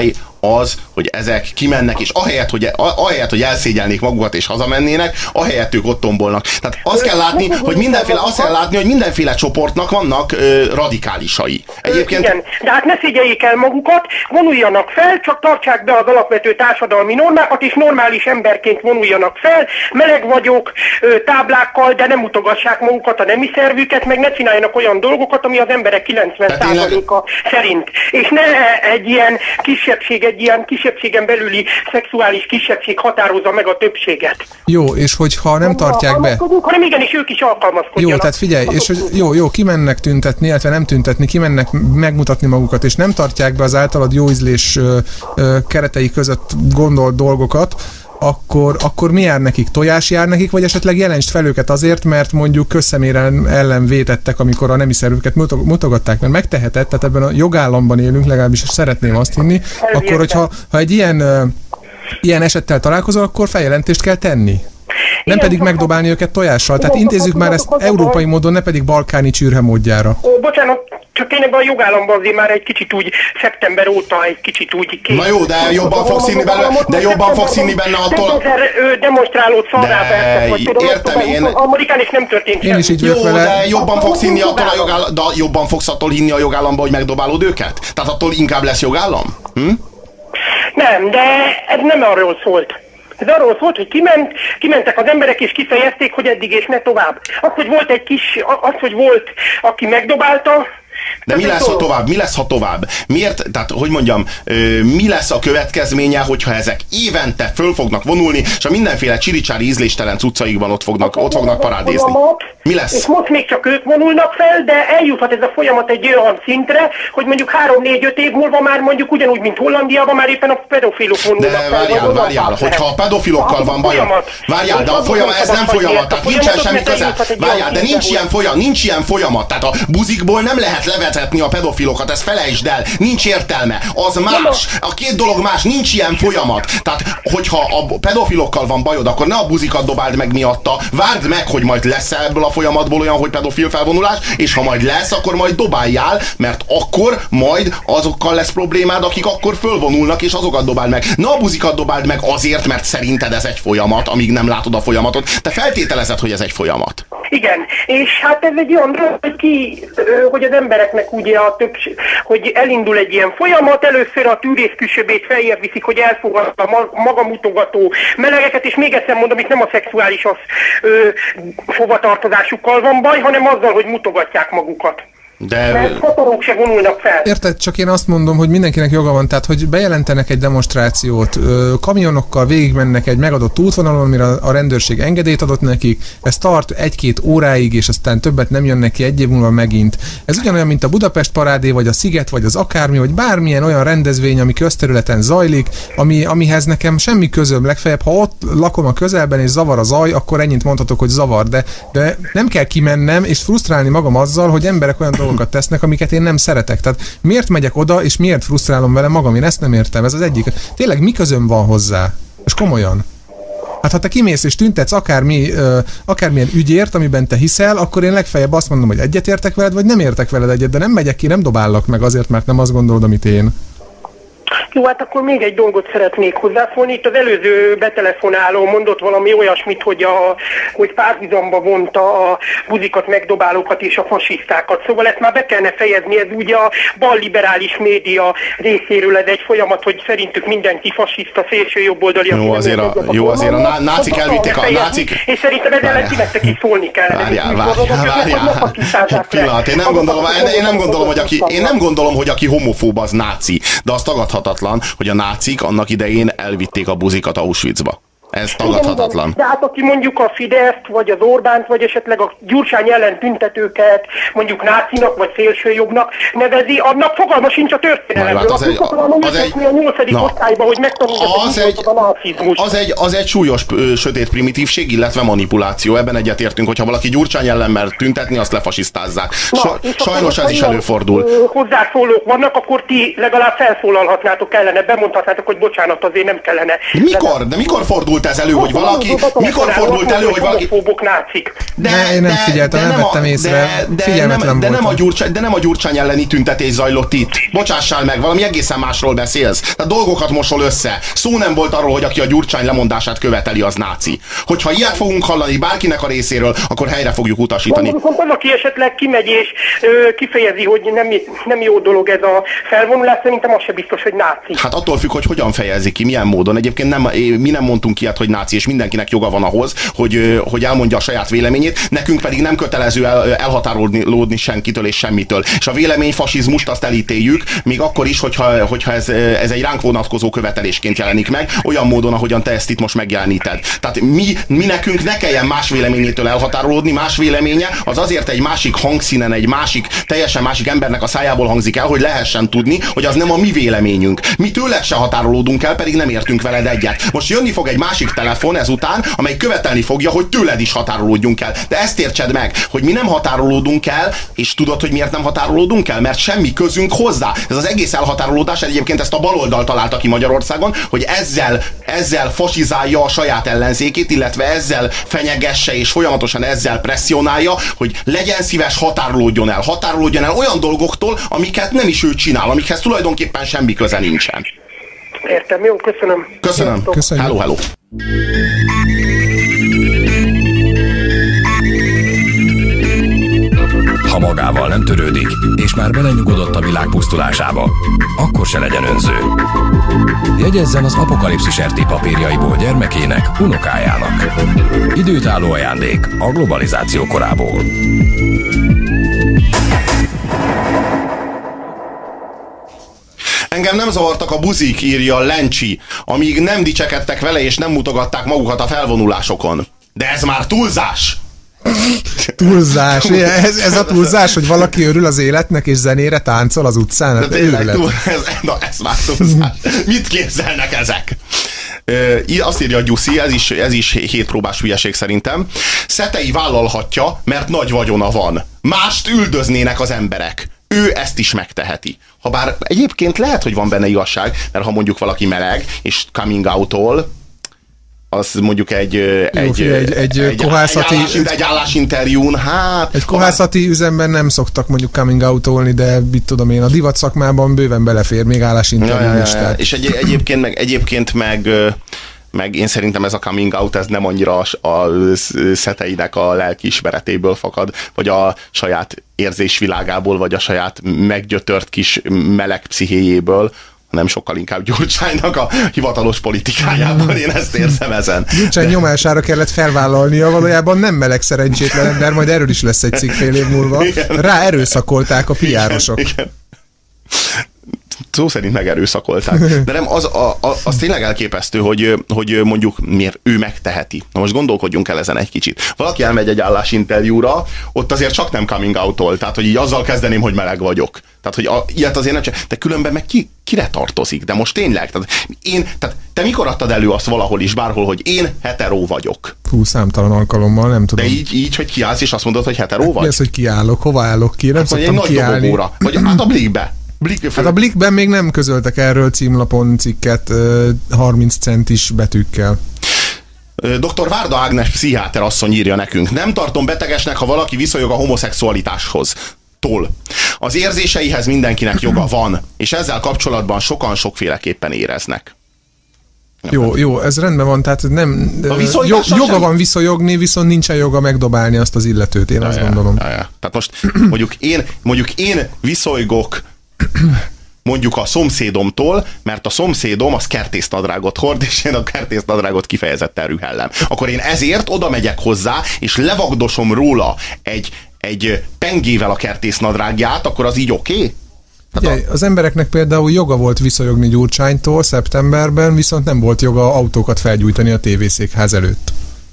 az, hogy ezek kimennek, és ahelyett, hogy elszégyelnék magukat és hazamennének, ahelyett ők ott tombolnak. Tehát azt kell látni, hogy mindenféle csoportnak vannak radikálisai. Egyébként... Igen, de hát ne szégyeljék el magukat, vonuljanak fel, csak tartsák be az alapvető társadalmi normákat, és normális emberként vonuljanak fel. Meleg vagyok, táblákkal, de nem mutogassák magukat, a nemi szervüket, meg ne csináljanak olyan dolgokat, ami az emberek 90%-a szerint. És ne egy ilyen kisebbségen belüli szexuális kisebbség határozza meg a többséget. Jó, és hogyha nem tartják be... hanem igenis ők is alkalmazkodjanak. Jó, tehát figyelj, és hogy jó, kimennek tüntetni, illetve nem tüntetni, kimennek megmutatni magukat, és nem tartják be az általad jó ízlés keretei között gondolt dolgokat, akkor mi jár nekik? Tojás jár nekik, vagy esetleg jelentsd fel őket azért, mert mondjuk közszemérem ellen vétettek, amikor a nemi szervüket mutogatták, mert megteheted, tehát ebben a jogállamban élünk, legalábbis szeretném azt hinni, akkor hogyha egy ilyen esettel találkozol, akkor feljelentést kell tenni. Nem pedig megdobálni őket tojással. Tehát intézzük már ezt európai módon, ne pedig balkáni csürhe módjára. Bocsánat, csak én ebben a jogállamban azért már egy kicsit úgy szeptember óta egy kicsit úgy... Na jó, de jobban fogsz inni benne, attól... demonstrálót szalrápertek, vagy tudom, értem én. Amerikán is nem történt én is így jó, de jobban fogsz hinni attól a jogállam, de jobban fogsz attól hinni a jogállamba, hogy megdobálod őket? Tehát attól inkább lesz jogállam? Nem, de ez nem arról szólt. Ez arról szólt, hogy kimentek az emberek és kifejezték, hogy eddig és ne tovább. Hogy volt, aki megdobálta. De mi lesz, ha tovább? Miért? Tehát, hogy mondjam, mi lesz a következménye, hogyha ezek évente föl fognak vonulni, és a mindenféle csiricsári ízléstelen cuccaikban ott fognak parádézni? Mi lesz? És most még csak ők vonulnak fel, de eljuthat ez a folyamat egy olyan szintre, hogy mondjuk 3-4-5 év múlva már mondjuk ugyanúgy, mint Hollandiában, már éppen a pedofilok vonulnak fel. De várjál, hogyha a pedofilokkal van bajom. Várjál, de a folyamat, ez nem folyamat, tehát nincsen semmi köze. Várjál, de nincs ilyen folyamat. Tehát a buzikból nem lehet levezetni a pedofilokat, ezt felejtsd el, nincs értelme, az más, a két dolog más, nincs ilyen folyamat. Tehát, hogyha a pedofilokkal van bajod, akkor ne a buzikat dobáld meg miatta, várd meg, hogy majd lesz ebből a folyamatból olyan, hogy pedofil felvonulás, és ha majd lesz, akkor majd dobáljál, mert akkor majd azokkal lesz problémád, akik akkor fölvonulnak, és azokat dobáld meg. Ne a buzikat dobáld meg azért, mert szerinted ez egy folyamat, amíg nem látod a folyamatot. Te feltételezed, hogy ez egy folyamat. Igen, és hát ez egy olyan dolog, hogy az embereknek ugye hogy elindul egy ilyen folyamat, először a tűrész küszöbét feljebb viszik, hogy elfogadta magamutogató melegeket, és még egyszer mondom, itt nem a szexuális hovatartozásukkal van baj, hanem azzal, hogy mutogatják magukat. Mert fotók se vonulnak fel. Érted, csak én azt mondom, hogy mindenkinek joga van, tehát hogy bejelentenek egy demonstrációt, kamionokkal végigmennek egy megadott útvonalon, amire a rendőrség engedélyt adott nekik, ez tart 1-2 óráig, és aztán többet nem jönnek ki, egy év múlva megint. Ez ugyanolyan, mint a Budapest parádé, vagy a Sziget, vagy az akármi, vagy bármilyen olyan rendezvény, ami közterületen zajlik, amihez nekem semmi közöm, legfeljebb, ha ott lakom a közelben és zavar a zaj, akkor ennyit mondhatok, hogy zavar, de nem kell kimennem és frusztrálni magam azzal, hogy emberek olyan dolgokat tesznek, amiket én nem szeretek. Tehát miért megyek oda, és miért frusztrálom vele magam? Én ezt nem értem. Ez az egyik. Tényleg mi közöm van hozzá? És komolyan. Hát ha te kimész és tüntetsz akármilyen ügyért, amiben te hiszel, akkor én legfeljebb azt mondom, hogy egyetértek veled, vagy nem értek veled egyet, de nem megyek ki, nem dobállak meg azért, mert nem azt gondolod, amit én. Jó, hát akkor még egy dolgot szeretnék hozzászólni. Itt az előző betelefonáló mondott valami olyasmit, hogy párhuzamba vonta a buzikat, megdobálókat és a fasisztákat. Szóval ezt már be kellene fejezni, ez ugye a balliberális média részéről ez egy folyamat, hogy szerintük mindenki fasiszta, szélső jobboldali. Jó, azért a nácik elvitték a nácik. És szerintem ezzel ellen is szólni kellene. Várjál. Én nem gondolom, hogy aki homofób, az náci, de az tagadhatatlan, hogy a nácik annak idején elvitték a buzikat Auschwitzba. Ez tagadhatatlan. De hát aki mondjuk a Fideszt, vagy az Orbánt, vagy esetleg a Gyurcsány ellen tüntetőket mondjuk nácinak, vagy szélsőjobbnak nevezi, annak fogalma sincs a történelemről. Az egy az egy súlyos sötét primitívség, illetve manipuláció. Ebben egyetértünk, hogyha valaki Gyurcsány ellen mer tüntetni, azt lefasisztázzák. Sajnos ez is előfordul. Hozzászólók vannak, akkor ti legalább felszólalhatnátok ellene, bemondhatnátok, hogy bocsánat, azért nem kellene. De mikor fordult fordult ez elő, hogy valaki... Mikor fordult elő, hogy valaki... nácik. Én nem figyeltem, nem vettem észre. Figyelmetlen voltam. De nem a Gyurcsány elleni tüntetés zajlott itt. Bocsássál meg, valami egészen másról beszélsz. Tehát dolgokat mosol össze. Szó nem volt arról, hogy aki a Gyurcsány lemondását követeli, az náci. Hogyha ilyet fogunk hallani bárkinek a részéről, akkor helyre fogjuk utasítani. Valaki esetleg kimegy és kifejezi, hogy nem jó dolog ez a felvonulás, szerintem az se biztos, hogy náci. Hát attól függ, hogy hogyan fejezi ki, milyen módon. Egyébként mi nem mondtunk ilyet, hogy náci, és mindenkinek joga van ahhoz, hogy elmondja a saját véleményét, nekünk pedig nem kötelező elhatárolódni senkitől és semmitől. És a véleményfasizmust azt elítéljük, még akkor is, hogyha ez egy ránk vonatkozó követelésként jelenik meg, olyan módon, ahogyan te ezt itt most megjeleníted. Tehát mi nekünk ne kelljen más véleményétől elhatárolódni, más véleménye az azért egy másik hangszínen, egy teljesen másik embernek a szájából hangzik el, hogy lehessen tudni, hogy az nem a mi véleményünk. Mi tőled se határolódunk el, pedig nem értünk veled egyet. Most jönni fog egy másik telefon ezután, amely követelni fogja, hogy tőled is határolódjunk el. De ezt értsed meg, hogy mi nem határolódunk el, és tudod, hogy miért nem határolódunk el? Mert semmi közünk hozzá. Ez az egész elhatárolódás, egyébként ezt a baloldal találta ki Magyarországon, hogy ezzel fasizálja a saját ellenzékét, illetve ezzel fenyegesse és folyamatosan ezzel presszionálja, hogy legyen szíves, határolódjon el olyan dolgoktól, amiket nem is ő csinál, amikhez tulajdonképpen semmi köze nincsen. Értem, jó, köszönöm. Köszönöm. Hello. Ha magával nem törődik, és már belenyugodott a világ pusztulásába, akkor se legyen önző. Jegyezzen az Apokalipszis RT papírjaiból gyermekének, unokájának. Időtálló ajándék a globalizáció korából. Engem nem zavartak a buzik, írja Lencsi, amíg nem dicsekedtek vele és nem mutogatták magukat a felvonulásokon. De ez már túlzás! Túlzás. Ez a túlzás, hogy valaki örül az életnek és zenére táncol az utcán? De tényleg, ez már túlzás. Mit képzelnek ezek? Azt írja a Gyuszi, ez is hétpróbás hülyeség szerintem. Szetei vállalhatja, mert nagy vagyona van. Mást üldöznének az emberek. Ő ezt is megteheti. Habár egyébként lehet, hogy van benne igazság, mert ha mondjuk valaki meleg, és coming out-ol, az mondjuk egy állásinterjún, hát... Egy kohászati üzemben nem szoktak mondjuk coming out-olni, de mit tudom én, a divat szakmában bőven belefér még állásinterjún is. És egyébként meg én szerintem ez a coming out, ez nem annyira a Szeteinek a lelkiismeretéből fakad, vagy a saját érzésvilágából, vagy a saját meggyötört kis meleg pszichéjéből, hanem sokkal inkább Gyurcsánynak a hivatalos politikájában, én ezt érzem ezen. Gyurcsány nyomására kellett felvállalnia, valójában nem meleg szerencsétlen ember, majd erről is lesz egy cikk fél év múlva. Rá erőszakolták a PR-osok. Igen. Szó szerint megerőszakolták. De nem, az tényleg elképesztő, hogy mondjuk miért ő megteheti. Na most gondolkodjunk el ezen egy kicsit. Valaki elmegy egy állásinterjúra, ott azért csak nem coming out-ol, tehát hogy így azzal kezdeném, hogy meleg vagyok. Tehát, hogy ilyet azért nem csak, de különben meg kire tartozik? De most tényleg, tehát te mikor adtad elő azt valahol is, bárhol, hogy én hetero vagyok? Számtalan alkalommal, nem tudom. De így, hogy kiállsz és azt mondod, hogy hetero vagy? Mi az, hogy kiállok? Hova állok ki? Nem szoktam kiállni. Dobogóra. Vagy hát a Blickbe. Hát a Blickben még nem közöltek erről címlapon cikket 30 centis betűkkel. Dr. Várda Ágnes pszichiáter asszony írja nekünk: nem tartom betegesnek, ha valaki viszonyog a homoszexualitáshoz. Az érzéseihez mindenkinek joga van, és ezzel kapcsolatban sokan sokféleképpen éreznek. Jó, ez rendben van, tehát nem joga van viszonyogni, viszont nincsen joga megdobálni azt az illetőt, én azt gondolom. Tehát most mondjuk én viszolygok mondjuk a szomszédomtól, mert a szomszédom az kertésznadrágot hord, és én a kertésznadrágot kifejezetten rühellem. Akkor én ezért oda megyek hozzá, és levagdosom róla egy pengével a kertésznadrágját, akkor az így oké? Ugye, az embereknek például joga volt viszonyogni Gyurcsánytól szeptemberben, viszont nem volt joga autókat felgyújtani a tévészékház előtt.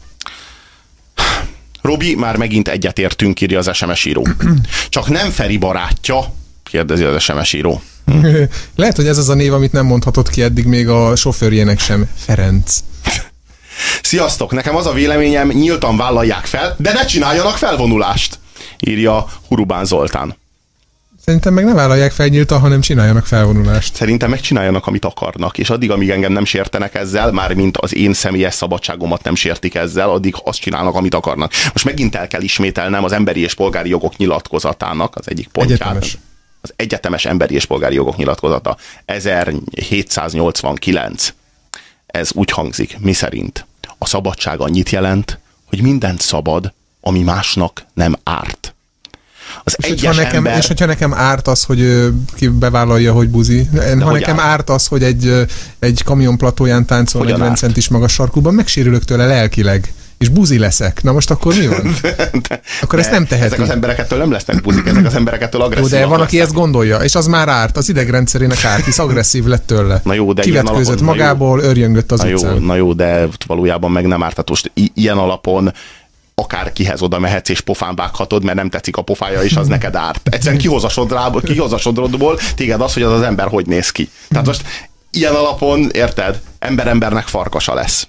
Robi, már megint egyetértünk, írja az SMS író. Csak nem Feri barátja, kérdezi az SMS író. Lehet, hogy ez az a név, amit nem mondhatott ki eddig még a sofőrjének sem. Ferenc. Sziasztok, nekem az a véleményem, nyíltan vállalják fel, de ne csináljanak felvonulást, írja Hurubán Zoltán. Szerintem meg ne vállalják fel nyíltan, hanem csináljanak felvonulást. Szerintem megcsináljanak, amit akarnak, és addig, amíg engem nem sértenek ezzel, mármint az én személyes szabadságomat nem sértik ezzel, addig azt csinálnak, amit akarnak. Most megint el kell ismételnem az Emberi és Polgári Jogok Nyilatkozatának az egyik pontját. Egyetemes. Az Egyetemes Emberi és Polgári Jogok Nyilatkozata 1789. Ez úgy hangzik, miszerint a szabadság annyit jelent, hogy mindent szabad, ami másnak nem árt. És hogyha nekem árt az, hogy ki bevállalja, hogy buzi, ha nekem árt az, hogy egy kamionplatóján táncol 40 centis magas sarkúban, megsérülök tőle lelkileg, és buzi leszek. Na most akkor mi van? Akkor ezt nem teheti. Ezek az emberek ettől nem lesznek buzik, ezek az emberek ettől agresszívak. De van, aki ezt gondolja, és az már árt, az idegrendszerének árt, hisz agresszív lett tőle. Na jó, de kivetkőzött magából, örjöngött az utcán. Na jó, de valójában meg nem árt. Most ilyen alapon akárkihez oda mehetsz és pofán vághatod, mert nem tetszik a pofája, és az neked árt. Egyszerűen kihoz a sodrodból téged az, hogy az ember hogy néz ki. Tehát most ilyen alapon, érted, embernek farkasa lesz.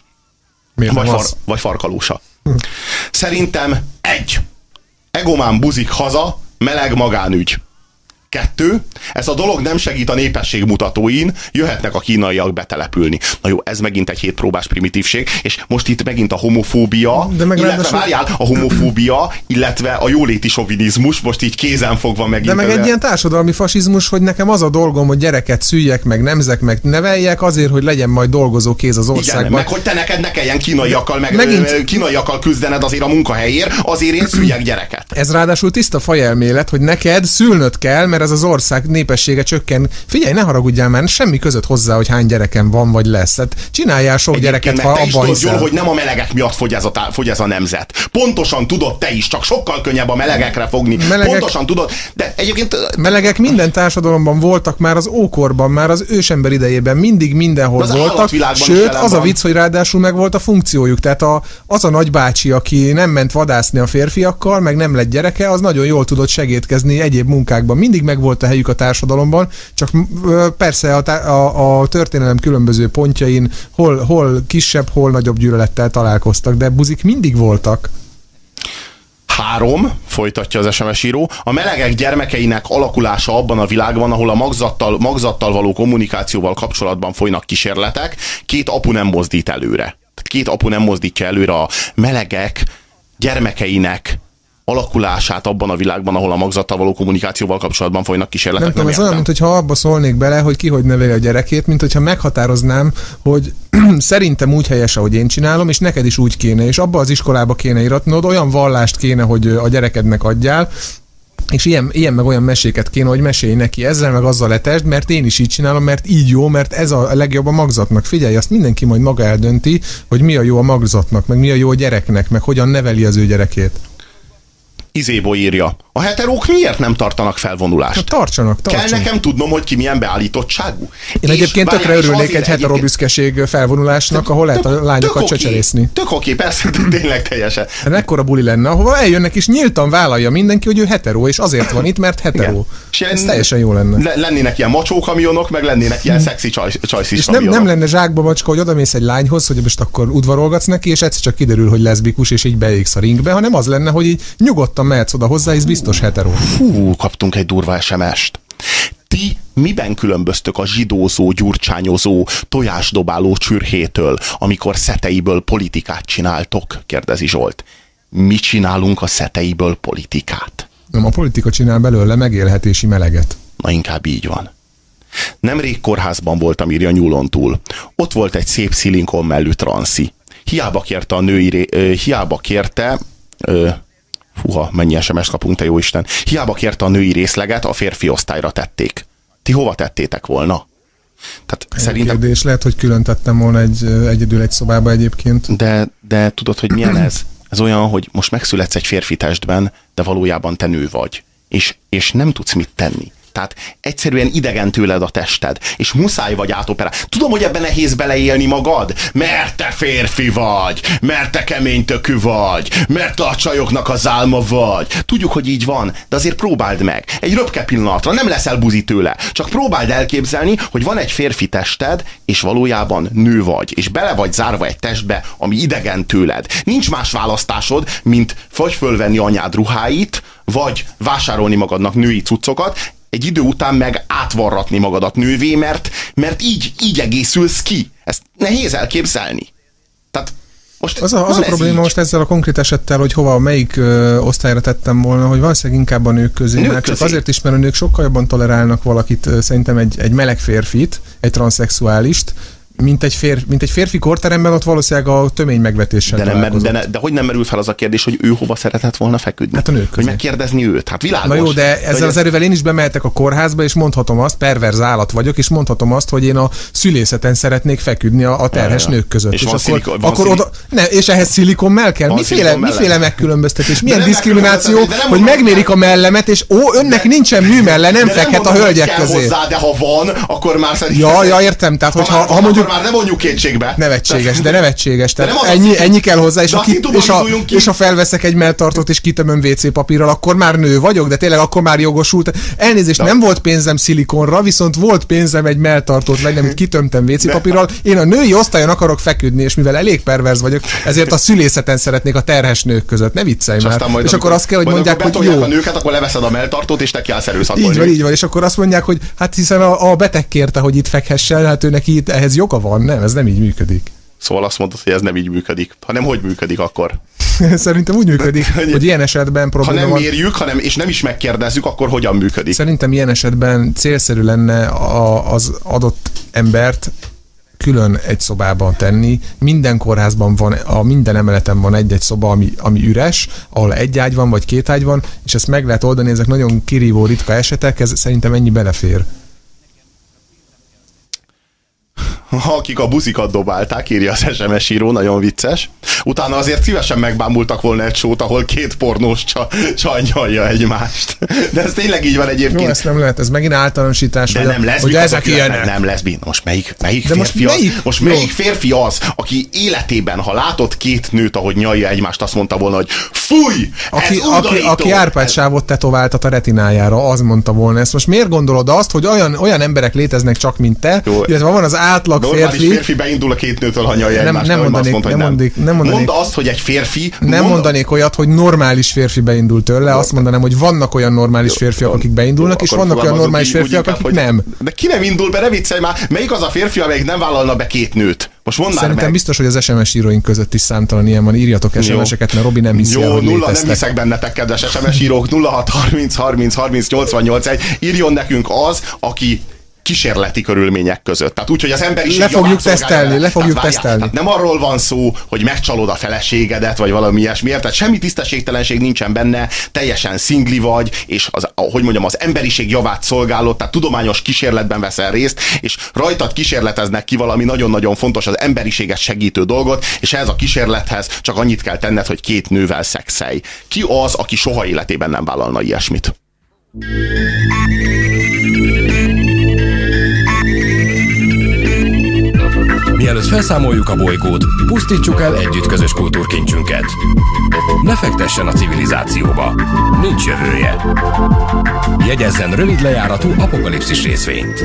Vagy farkalósa. Szerintem 1. Egomán buzik haza, meleg magánügy. 2. Ez a dolog nem segít a népességmutatóin, jöhetnek a kínaiak betelepülni. Na jó, ez megint egy hétpróbás primitívség, és most itt megint a homofóbia, a homofóbia, illetve a jóléti sovinizmus, most így kézenfogva megint. De meg egy ilyen társadalmi fasizmus, hogy nekem az a dolgom, hogy gyereket szüljek, meg nemzek, meg neveljek azért, hogy legyen majd dolgozó kéz az országban. Igen, meg hogy te neked ne kelljen kínaiakkal küzdened azért a munkahelyért, azért én szüljek gyereket. Ez ráadásul tiszta fajelmélet, hogy neked szülnöd kell, mert ez az ország népessége csökken. Figyelj, ne haragudjál már, semmi között hozzá, hogy hány gyerekem van vagy lesz. Hát csináljál sok gyereket, ha abban hiszel. Jól, hogy nem a melegek miatt fogy ez a nemzet. Pontosan tudod te is, csak sokkal könnyebb a melegekre fogni. Pontosan tudod, de egyébként... Melegek minden társadalomban voltak már az ókorban, már az ősember idejében, mindig mindenhol voltak. Sőt, az a vicc, hogy ráadásul meg volt a funkciójuk. Tehát az a nagybácsi, aki nem ment vadászni a férfiakkal, meg nem lett gyereke, az nagyon jól tudott segítkezni egyéb munkákban. Mindig meg volt a helyük a társadalomban, csak persze a történelem különböző pontjain hol kisebb, hol nagyobb gyűlölettel találkoztak, de buzik mindig voltak. 3, folytatja az SMS író, a melegek gyermekeinek alakulása abban a világban, ahol a magzattal való kommunikációval kapcsolatban folynak kísérletek, 2 apu nem mozdít előre. Tehát 2 apu nem mozdítja előre a melegek gyermekeinek alakulását abban a világban, ahol a magzattal való kommunikációval kapcsolatban folynak kísérletek. Nem tudom, ez olyan, mintha abba szólnék bele, hogy ki hogy neveli a gyerekét, mint hogyha meghatároznám, hogy szerintem úgy helyes, ahogy én csinálom, és neked is úgy kéne, és abba az iskolába kéne iratnod, olyan vallást kéne, hogy a gyerekednek adjál, és ilyen meg olyan meséket kéne, hogy mesélj neki ezzel, meg azzal letesd, mert én is így csinálom, mert így jó, mert ez a legjobb a magzatnak. Figyelj, azt mindenki majd maga eldönti, hogy mi a jó a magzatnak, meg mi a jó a gyereknek, meg hogyan neveli az ő gyerekét. Izébo írja. A heterók miért nem tartanak felvonulást? Na, tartsanak. Kell nekem tudnom, hogy ki milyen beállítottságú. Én egyébként tökre örülnék egy heterobüszkeség felvonulásnak, ahol lehet a lányokat csecserészni. Tök oké, persze, tényleg teljesen. Mekkora buli lenne, ahova eljönnek és nyíltan vállalja mindenki, hogy ő hetero, és azért van itt, mert hetero. Ez teljesen jó lenne. Lennének ilyen macsó kamionok, meg lennének ilyen szexi csajszis kamionok. Nem lenne zsákba macska, hogy odamész egy lányhoz, hogy most akkor udvarolgatsz neki, és egyszer csak kiderül, hogy leszbikus, és így beégsz a ringbe, hanem az lenne, hogy így nyugodtan mehetsz oda hozzá, és biztos hetero. Fú, kaptunk egy durva SMS-t. Ti miben különböztök a zsidózó, gyurcsányozó, tojásdobáló csürhétől, amikor szeteiből politikát csináltok? Kérdezi Zsolt. Mi csinálunk a szeteiből politikát? Nem, a politika csinál belőle megélhetési meleget. Na, inkább így van. Nemrég kórházban voltam, írja Nyúlon túl. Ott volt egy szép szilinkon mellű transzi. Hiába kérte Fúha, mennyi SMS kapunk, te jóisten. Hiába kérte a női részleget, a férfi osztályra tették. Ti hova tettétek volna? Tehát szerintem... Kérdés, lehet, hogy külön tettem volna egyedül egy szobába egyébként. De tudod, hogy milyen ez? Ez olyan, hogy most megszületsz egy férfi testben, de valójában te nő vagy. És nem tudsz mit tenni. Tehát egyszerűen idegen tőled a tested, és muszáj vagy átoperálni. Tudom, hogy ebben nehéz beleélni magad, mert te férfi vagy, mert te keménytökű vagy, mert a csajoknak az álma vagy. Tudjuk, hogy így van, de azért próbáld meg. Egy röpke pillanatra, nem leszel buzi tőle. Csak próbáld elképzelni, hogy van egy férfi tested, és valójában nő vagy, és bele vagy zárva egy testbe, ami idegen tőled. Nincs más választásod, mint vagy fölvenni anyád ruháit, vagy vásárolni magadnak női cuccokat. egy idő után meg átvarratni magadat nővé, mert így egészülsz ki. Ezt nehéz elképzelni. Tehát most az a probléma most ezzel a konkrét esettel, hogy melyik osztályra tettem volna, hogy valószínűleg inkább a nők közé. Csak azért is, mert a nők sokkal jobban tolerálnak valakit, szerintem egy meleg férfit, egy transzexuálist, mint egy férfi korteremben, ott valószínűleg a tömény megvetéssel de hogy nem merül fel az a kérdés, hogy ő hova szeretett volna feküdni? Hát a nők közé. Hogy megkérdezni őt? Hát világos. Na jó, de ezzel az erővel én is bemehetek a kórházba, és mondhatom azt, perverz állat vagyok, és mondhatom azt, hogy én a szülészeten szeretnék feküdni a terhes nők között. És akkor oda, és ehhez szilikonmell kell? Miféle megkülönböztetés? Milyen diszkrimináció, hogy megmérik a mellemet, és önnek nincsen műmelle, nem fekhet a hölgyek közé. De ha van, akkor már szerintem... Ja, értem. Tehát, ha mondjuk már ne vonjuk kétségbe. Nevetséges. Tehát ennyi kell hozzá, és ha felveszek egy melltartót és kitömöm WC papírral, akkor már nő vagyok, de tényleg akkor már jogosult. Elnézést, nem volt pénzem szilikonra, viszont volt pénzem egy melltartót venni, amit kitömtem WC papírral. Én a női osztályon akarok feküdni, és mivel elég perverz vagyok, ezért a szülészeten szeretnék a terhes nők között. Ne viccelj már. És akkor azt kell, hogy mondják, hogy jó. A nőket, akkor leveszed a melltartót, és neki állsz erőszakolni. Így van, és akkor azt mondják, hogy hát hiszen a beteg kérte, hogy itt fekhessen, hát ő neki ehhez joga van, nem, ez nem így működik. Szóval azt mondod, hogy ez nem így működik. Hanem hogy működik akkor? Szerintem úgy működik, hogy ilyen esetben probléma van. Ha nem mérjük, és nem is megkérdezzük, akkor hogyan működik? Szerintem ilyen esetben célszerű lenne az adott embert külön egy szobában tenni. Minden kórházban van, minden emeleten van egy-egy szoba, ami üres, ahol egy ágy van, vagy két ágy van, és ezt meg lehet oldani, ezek nagyon kirívó, ritka esetek, ez szerintem ennyi belefér. Akik a buzikat dobálták, írja az SMS író, nagyon vicces. Utána azért szívesen megbámultak volna egy sót, ahol két pornós csanyalja egymást. De ez tényleg így van egyébként. Jó, ezt nem lehet, ez megint általánosítás. De nem lesz, hogy ezek ilyenek. Nem lesz. Most melyik férfi az, aki életében, ha látott két nőt, ahogy nyalja egymást, azt mondta volna, hogy fúj! Aki Árpád sávot tetováltat a retinájára, az mondta volna ezt. Most miért gondolod azt, hogy olyan emberek léteznek csak, mint te, illetve van az átlag férfi beindul a két nőtől, ha nyalja egymást. Nem mondanék. Mondd azt, hogy egy férfi... Nem mondanék olyat, hogy normális férfi beindul tőle, azt mondanám, hogy vannak olyan normális férfiak, akik beindulnak, és vannak olyan normális férfiak, akik nem. De ki nem indul be, ne viccelj már, melyik az a férfi, amelyik nem vállalna be két nőt? Most mondd már Szerintem meg. Biztos, hogy az SMS íróink között is számtalan ilyen van. Írjatok SMS-eket, mert Robi nem hiszi el, hogy léteztek. Nem hiszek bennetek, kedves SMS írók. 0630303088 írjon nekünk az, aki kísérleti körülmények között. Tehát úgy, hogy az emberiség le fogjuk tesztelni. Tehát nem arról van szó, hogy megcsalod a feleségedet, vagy valami ilyesmi. Tehát semmi tisztességtelenség nincsen benne, teljesen szingli vagy, és az emberiség javát szolgálod, tehát tudományos kísérletben veszel részt, és rajtad kísérleteznek ki valami nagyon-nagyon fontos, az emberiséget segítő dolgot, és ehhez a kísérlethez csak annyit kell tenned, hogy két nővel szexelj. Ki az, aki soha életében nem vállalna ilyesmit? Mielőtt felszámoljuk a bolygót, pusztítsuk el együtt közös kultúrkincsünket. Ne fektessen a civilizációba. Nincs jövője. Jegyezzen rövid lejáratú apokalipszis részvényt.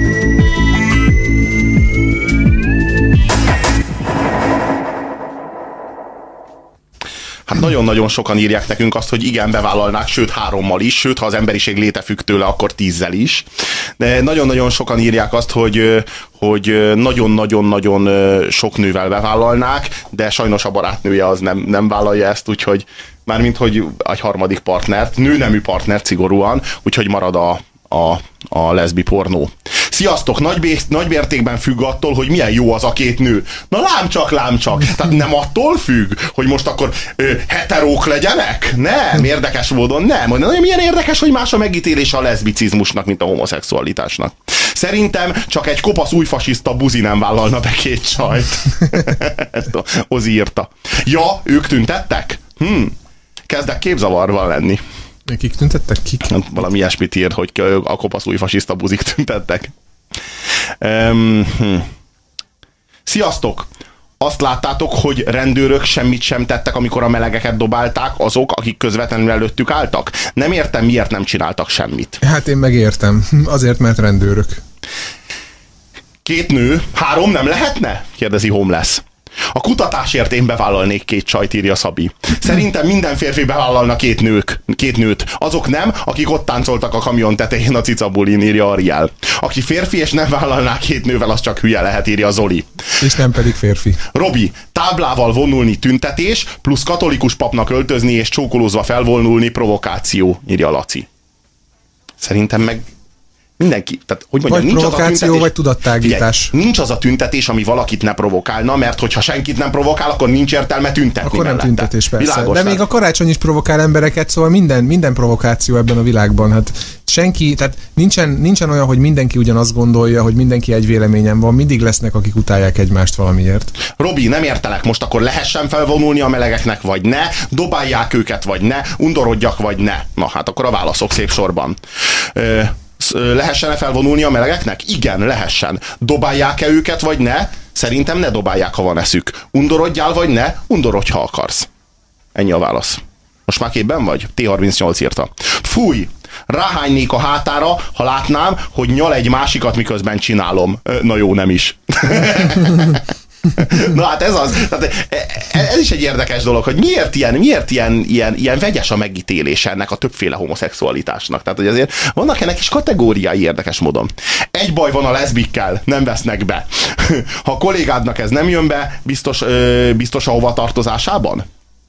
Hát nagyon-nagyon sokan írják nekünk azt, hogy igen, bevállalnák, sőt 3-mal is, sőt, ha az emberiség léte függ tőle, akkor 10-zel is. De nagyon-nagyon sokan írják azt, hogy nagyon-nagyon-nagyon sok nővel bevállalnák, de sajnos a barátnője az nem vállalja ezt, úgyhogy mármint, hogy egy harmadik partnert, nőnemű partnert szigorúan, úgyhogy marad a leszbi pornó. Sziasztok! Nagy mértékben függ attól, hogy milyen jó az a két nő. Na lám csak. Tehát nem attól függ, hogy most akkor heterók legyenek? Nem, érdekes módon nem. Nem ilyen érdekes, hogy más a megítélése a leszbicizmusnak, mint a homoszexualitásnak. Szerintem csak egy kopasz új fasiszta buzi nem vállalna be két csajt. Ezt Ozi írta. Ja, ők tüntettek? Kezdek képzavarban lenni. Kik tüntettek? Kik? Valami ilyesmit ír, hogy a kopasz új fasiszta buzik tüntettek. Sziasztok! Azt láttátok, hogy rendőrök semmit sem tettek, amikor a melegeket dobálták, azok, akik közvetlenül előttük álltak? Nem értem, miért nem csináltak semmit. Hát én megértem. Azért, mert rendőrök. 2 nő, 3 nem lehetne? Kérdezi Homeless. A kutatásért én bevállalnék 2 csajt, írja Szabi. Szerintem minden férfi bevállalna 2 nőt. Azok nem, akik ott táncoltak a kamion tetején a cicabulin, írja Ariel. Aki férfi és nem vállalná 2 nővel, az csak hülye lehet, írja Zoli. És nem pedig férfi. Robi, táblával vonulni tüntetés, plusz katolikus papnak öltözni és csókolózva felvonulni provokáció, írja Laci. Szerintem meg mindenki, tehát hogy mondjam, vagy nincs provokáció, az a tüntetés, vagy tudattágítás. Figyelj, nincs az a tüntetés, ami valakit ne provokálna, mert hogyha senkit nem provokál, akkor nincs értelme tüntetni. Akkor nem mellette. tüntetés, persze. Világos, de még a karácsony is provokál embereket, szóval minden provokáció ebben a világban. Hát senki, tehát nincsen olyan, hogy mindenki ugyanazt gondolja, hogy mindenki egy véleményen van, mindig lesznek, akik utálják egymást valamiért. Robi, nem értelek, most akkor lehessen felvonulni a melegeknek, vagy ne, dobálják őket, vagy ne, undorodjak, vagy ne. Na hát akkor a válaszok szép sorban. Lehessen-e felvonulni a melegeknek? Igen, lehessen. Dobálják-e őket, vagy ne? Szerintem ne dobálják, ha van eszük. Undorodjál, vagy ne? Undorodj, ha akarsz. Ennyi a válasz. Most már képben vagy? T38 írta. Fúj! Ráhánynék a hátára, ha látnám, hogy nyal egy másikat, miközben csinálom. Na jó, nem is. Na hát ez az. Ez is egy érdekes dolog, hogy miért ilyen vegyes a megítélés ennek a többféle homoszexualitásnak. Tehát, hogy azért vannak ennek is kategóriái érdekes módon. Egy baj van a leszbikkel, nem vesznek be. Ha a kollégádnak ez nem jön be, biztos a hovatartozásában?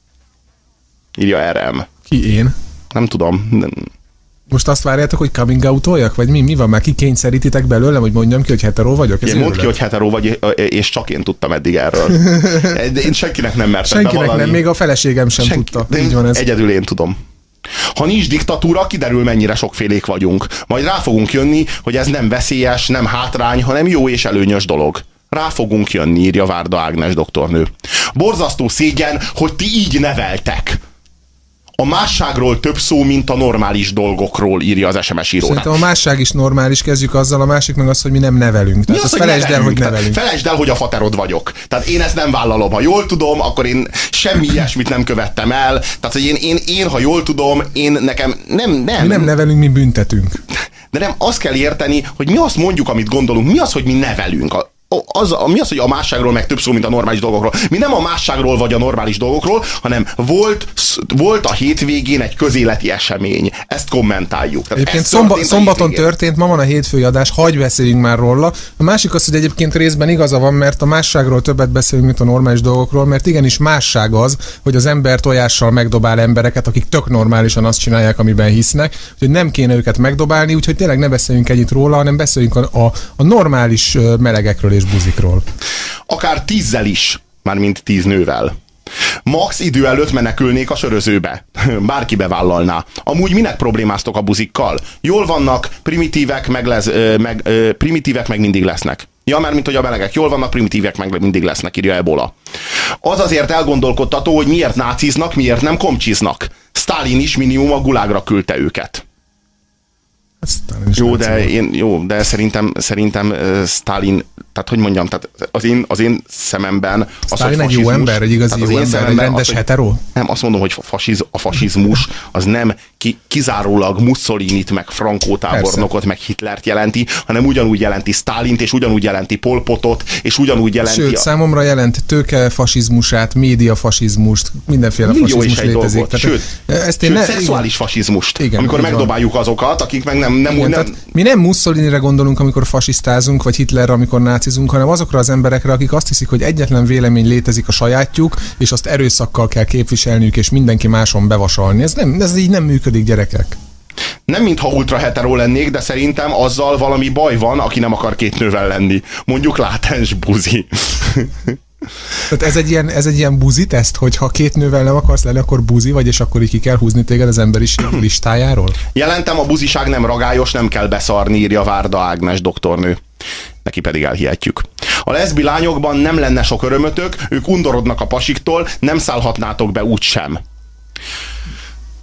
Írja RM. Ki, én? Nem tudom. Most azt várjátok, hogy coming out-oljak? Vagy mi van? Már kikényszerítitek belőlem, hogy mondjam ki, hogy hetero vagyok? Mondd ki, hogy hetero vagy, és csak én tudtam eddig erről. De én senkinek nem mertem senkinek bevallani. nem, még a feleségem sem tudta. Így van ez. Egyedül én tudom. Ha nincs diktatúra, kiderül, mennyire sokfélék vagyunk. Majd rá fogunk jönni, hogy ez nem veszélyes, nem hátrány, hanem jó és előnyös dolog. Rá fogunk jönni, írja Várda Ágnes doktornő. Borzasztó szégyen, hogy ti így neveltek. A másságról több szó, mint a normális dolgokról, írja az SMS író. Szerintem a másság is normális, kezdjük azzal, a másik meg az, hogy mi nem nevelünk. Tehát az, felejtsd el, hogy nevelünk. Felejtsd el, hogy a faterod vagyok. Tehát én ezt nem vállalom. Ha jól tudom, akkor én semmi ilyesmit nem követtem el. Tehát, hogy én ha jól tudom, nekem nem. Mi nem nevelünk, mi büntetünk. De nem, azt kell érteni, hogy mi azt mondjuk, amit gondolunk. Mi az, hogy mi nevelünk? Mi az, hogy a másságról meg több szó, mint a normális dolgokról? Mi nem a másságról vagy a normális dolgokról, hanem volt a hétvégén egy közéleti esemény. Ezt kommentáljuk. Egyébként szombaton történt, ma van a hétfői adás, hagyj beszéljünk már róla. A másik az, hogy egyébként részben igaza van, mert a másságról többet beszélünk, mint a normális dolgokról, mert igenis másság az, hogy az ember tojással megdobál embereket, akik tök normálisan azt csinálják, amiben hisznek, hogy nem kéne őket megdobálni, úgyhogy tényleg ne beszéljünk ennyit róla, hanem beszéljünk a normális melegekről és buzikról. Akár 10-zel is, mármint 10 nővel. Max idő előtt menekülnék a sörözőbe. Bárki bevállalná. Amúgy minek problémáztok a buzikkal? Jól vannak, primitívek meg mindig lesznek. Ja, mert mint hogy a melegek jól vannak, primitívek meg mindig lesznek, írja Ebola. Az azért elgondolkodtató, hogy miért náciznak, miért nem komcsiznak. Sztálin is minimum a gulágra küldte őket. De szerintem Sztálin, tehát hogy mondjam, tehát az én szememben Sztálin egy jó ember, egy igazi jó ember, egy rendes hetero? Nem, azt mondom, hogy a fasizmus az nem kizárólag Mussolinit, meg Frankó tábornokot, meg Hitlert jelenti, hanem ugyanúgy jelenti Sztálint, és ugyanúgy jelenti Pol Potot, és ugyanúgy jelenti... Sőt, számomra jelent tőkefasizmusát, médiafasizmust, mindenféle fasizmus létezik. Sőt, szexuális fasizmust, igen, amikor megdobáljuk azokat, akik meg nem. Mi nem Mussolinire gondolunk, amikor fasisztázunk, vagy Hitlerre, amikor nácizunk, hanem azokra az emberekre, akik azt hiszik, hogy egyetlen vélemény létezik a sajátjuk, és azt erőszakkal kell képviselniük, és mindenki máson bevasalni. Ez így nem működik, gyerekek. Nem mintha ultra hetero lennék, de szerintem azzal valami baj van, aki nem akar 2 nővel lenni. Mondjuk látens buzi. Tehát ez egy ilyen buzi teszt, hogy ha 2 nővel nem akarsz lenni, akkor buzi vagy, és akkor így ki kell húzni téged az emberiség listájáról? Jelentem, a buziság nem ragályos, nem kell beszarni, írja Várda Ágnes doktornő. Neki pedig elhihetjük. A leszbi lányokban nem lenne sok örömötök, ők undorodnak a pasiktól, nem szállhatnátok be úgysem.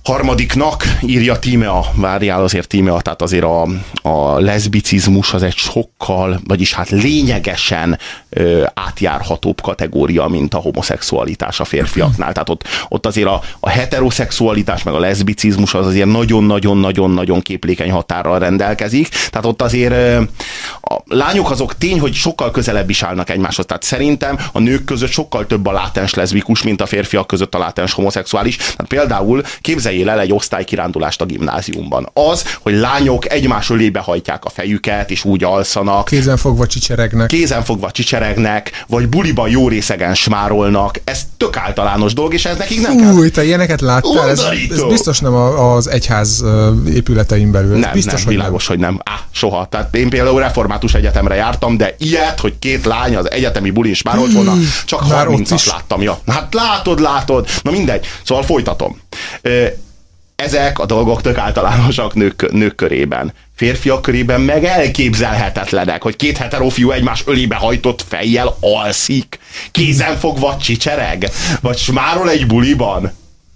Harmadiknak írja Tímea, várjál azért Tímea, tehát azért a leszbicizmus az egy sokkal, vagyis hát lényegesen átjárhatóbb kategória, mint a homoszexualitás a férfiaknál. Tehát ott azért a heteroszexualitás meg a leszbicizmus az azért nagyon-nagyon-nagyon-nagyon képlékeny határral rendelkezik. Tehát ott azért a lányok azok tény, hogy sokkal közelebb is állnak egymáshoz. Tehát szerintem a nők között sokkal több a látens leszbikus, mint a férfiak között a látens homoszexuális. Tehát például képzeljél el egy osztálykirándulást a gimnáziumban. Az, hogy lányok egymás ölébe hajtják a fejüket, és úgy alszanak. Kézenfogva csicseregnek, vagy buliban jó részegen smárolnak. Ez tök általános dolog, és ez nekik nem kell. Fúj, te ilyeneket láttál? Ez biztos nem az egyház épületein belül. Nem, biztos, nem, világos, hogy nem. Soha. Tehát én például református egyetemre jártam, de ilyet, hogy két lány az egyetemi bulin smárolt volna, csak 30-at láttam. Ja. Hát látod. Na mindegy. Szóval folytatom. Ezek a dolgok tök általánosak nők körében. Férfiak körében meg elképzelhetetlenek, hogy két heterofiú egymás ölébe hajtott fejjel alszik, kézenfogva csicsereg, vagy smárol egy buliban.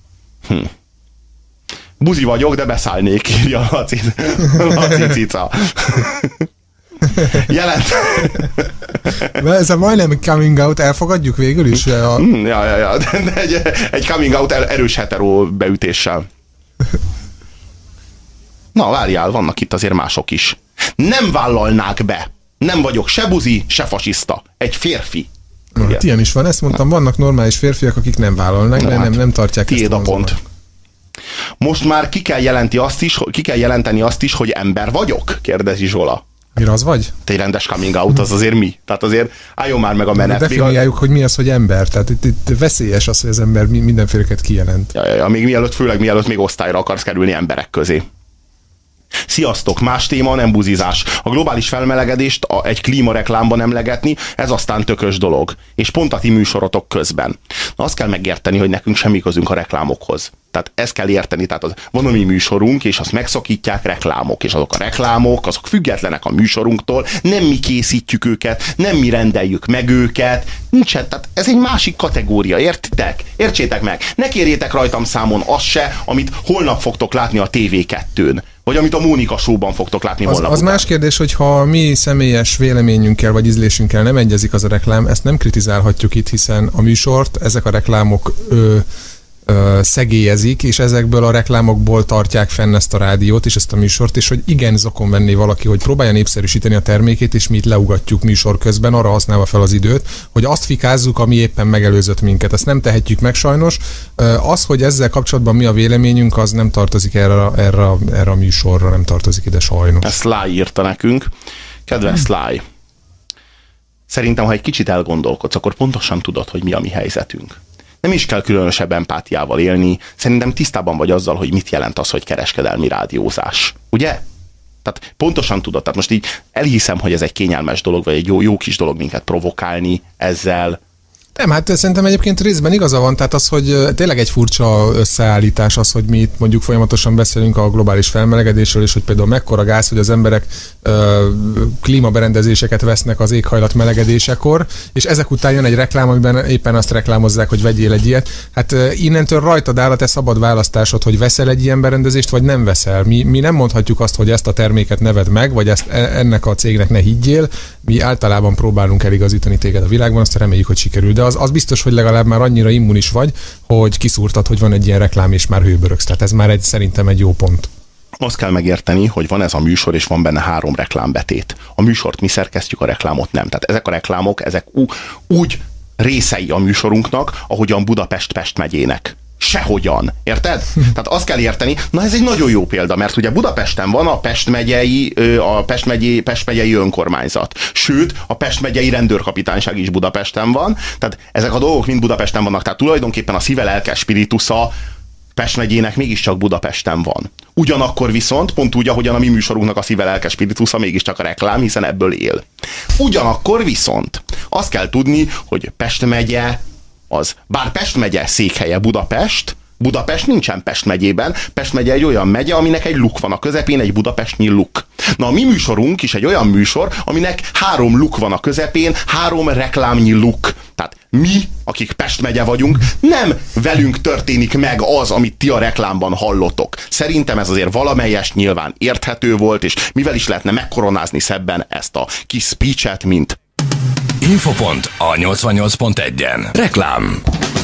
Buzi vagyok, de beszállnék, írja Laci cica. Ez a majdnem coming out, elfogadjuk végül is? Ja. De egy coming out erős hetero beütéssel. Na, várjál, vannak itt azért mások is. Nem vállalnák be. Nem vagyok se buzi, se fasiszta. Egy férfi. Hát ilyen is van, ezt mondtam, vannak normális férfiak, akik nem vállalnak, de nem tartják ezt a pont. Most már ki kell jelenteni azt is, hogy ember vagyok? Kérdezi Zsola. Mire az vagy? Egy rendes coming out, az azért mi? Tehát azért álljon már meg a menet. Definiáljuk, hogy mi az, hogy ember. Tehát itt veszélyes az, hogy az ember mindenféleket kijelent. Ja, főleg mielőtt még osztályra akarsz kerülni emberek közé. Sziasztok, más téma, nem buzizás. A globális felmelegedést egy klímareklámban emlegetni, ez aztán tökös dolog. És pont a ti műsorotok közben. Na, azt kell megérteni, hogy nekünk semmi közünk a reklámokhoz. Tehát ezt kell érteni, tehát van a mi műsorunk, és azt megszakítják reklámok, és azok a reklámok, azok függetlenek a műsorunktól, nem mi készítjük őket, nem mi rendeljük meg őket, nincsen, tehát ez egy másik kategória, értitek? Értsétek meg, ne kérjétek rajtam számon azt se, amit holnap fogtok látni a TV2-n, vagy amit a Mónika Show-ban fogtok látni holnap Az más kérdés, hogy ha mi személyes véleményünkkel vagy ízlésünkkel nem egyezik az a reklám, ezt nem kritizálhatjuk itt, hiszen a műsort ezek a reklámok szegélyezik, és ezekből a reklámokból tartják fenn ezt a rádiót és ezt a műsort, és hogy igen zokon venné valaki, hogy próbálja népszerűsíteni a termékét, és mi itt leugatjuk műsor közben, arra használva fel az időt, hogy azt fikázzuk, ami éppen megelőzött minket. Ezt nem tehetjük meg sajnos. Az, hogy ezzel kapcsolatban mi a véleményünk, az nem tartozik erre a műsorra, nem tartozik ide sajnos. Ezt Sly írta nekünk. Kedves Sly, szerintem, ha egy kicsit elgondolkodsz, akkor pontosan tudod, hogy mi a mi helyzetünk. Nem is kell különösebb empátiával élni. Szerintem tisztában vagy azzal, hogy mit jelent az, hogy kereskedelmi rádiózás. Ugye? Tehát pontosan tudod. Tehát most így elhiszem, hogy ez egy kényelmes dolog, vagy egy jó kis dolog minket provokálni ezzel. Nem, hát szerintem egyébként részben igaza van, tehát az, hogy tényleg egy furcsa összeállítás az, hogy mi itt mondjuk folyamatosan beszélünk a globális felmelegedésről, és hogy például mekkora gáz, hogy az emberek klímaberendezéseket vesznek az éghajlat melegedésekor, és ezek után jön egy reklám, amiben éppen azt reklámozzák, hogy vegyél egy ilyet. Hát innentől rajtad áll a te szabad választásod, hogy veszel egy ilyen berendezést, vagy nem veszel. Mi nem mondhatjuk azt, hogy ezt a terméket ne vedd meg, vagy ennek a cégnek ne higgyél. Mi általában próbálunk eligazítani téged a világban, azt reméljük, hogy sikerül. De az biztos, hogy legalább már annyira immunis vagy, hogy kiszúrtad, hogy van egy ilyen reklám, és már hőbörögsz. Tehát ez már szerintem egy jó pont. Azt kell megérteni, hogy van ez a műsor, és van benne 3 reklámbetét. A műsort mi szerkesztjük, a reklámot nem. Tehát ezek a reklámok, ezek úgy részei a műsorunknak, ahogyan Budapest Pest megyének. Sehogyan. Érted? Tehát azt kell érteni, na ez egy nagyon jó példa, mert ugye Budapesten van a Pest megyei önkormányzat. Sőt, a Pest megyei rendőrkapitányság is Budapesten van. Tehát ezek a dolgok mind Budapesten vannak. Tehát tulajdonképpen a szíve, lelke, spiritusza Pest megyének mégiscsak Budapesten van. Ugyanakkor viszont, pont úgy, ahogyan a mi műsorunknak a szíve, lelke, spiritusza mégiscsak a reklám, hiszen ebből él. Ugyanakkor viszont azt kell tudni, hogy Pest megye bár Pest megye székhelye Budapest nincsen Pest megyében. Pest megye egy olyan megye, aminek egy luk van a közepén, egy budapestnyi luk. Na, a mi műsorunk is egy olyan műsor, aminek 3 luk van a közepén, 3 reklámnyi luk. Tehát mi, akik Pest megye vagyunk, nem velünk történik meg az, amit ti a reklámban hallottok. Szerintem ez azért valamelyest nyilván érthető volt, és mivel is lehetne megkoronázni szebben ezt a kis speechet, mint Infopont a 88.1-en. Reklám.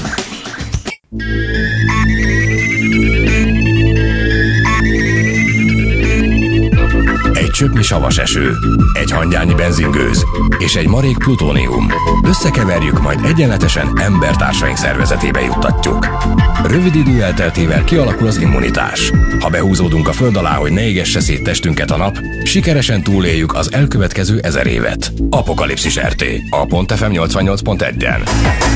Egy csöpnyi savas eső, egy hangyányi benzingőz és egy marék plutónium. Összekeverjük, majd egyenletesen embertársaink szervezetébe juttatjuk. Rövid idő elteltével kialakul az immunitás. Ha behúzódunk a föld alá, hogy ne égesse szét testünket a nap, sikeresen túléljük az elkövetkező 1000 évet. Apokalipszis RT, a .fm 88.1-en.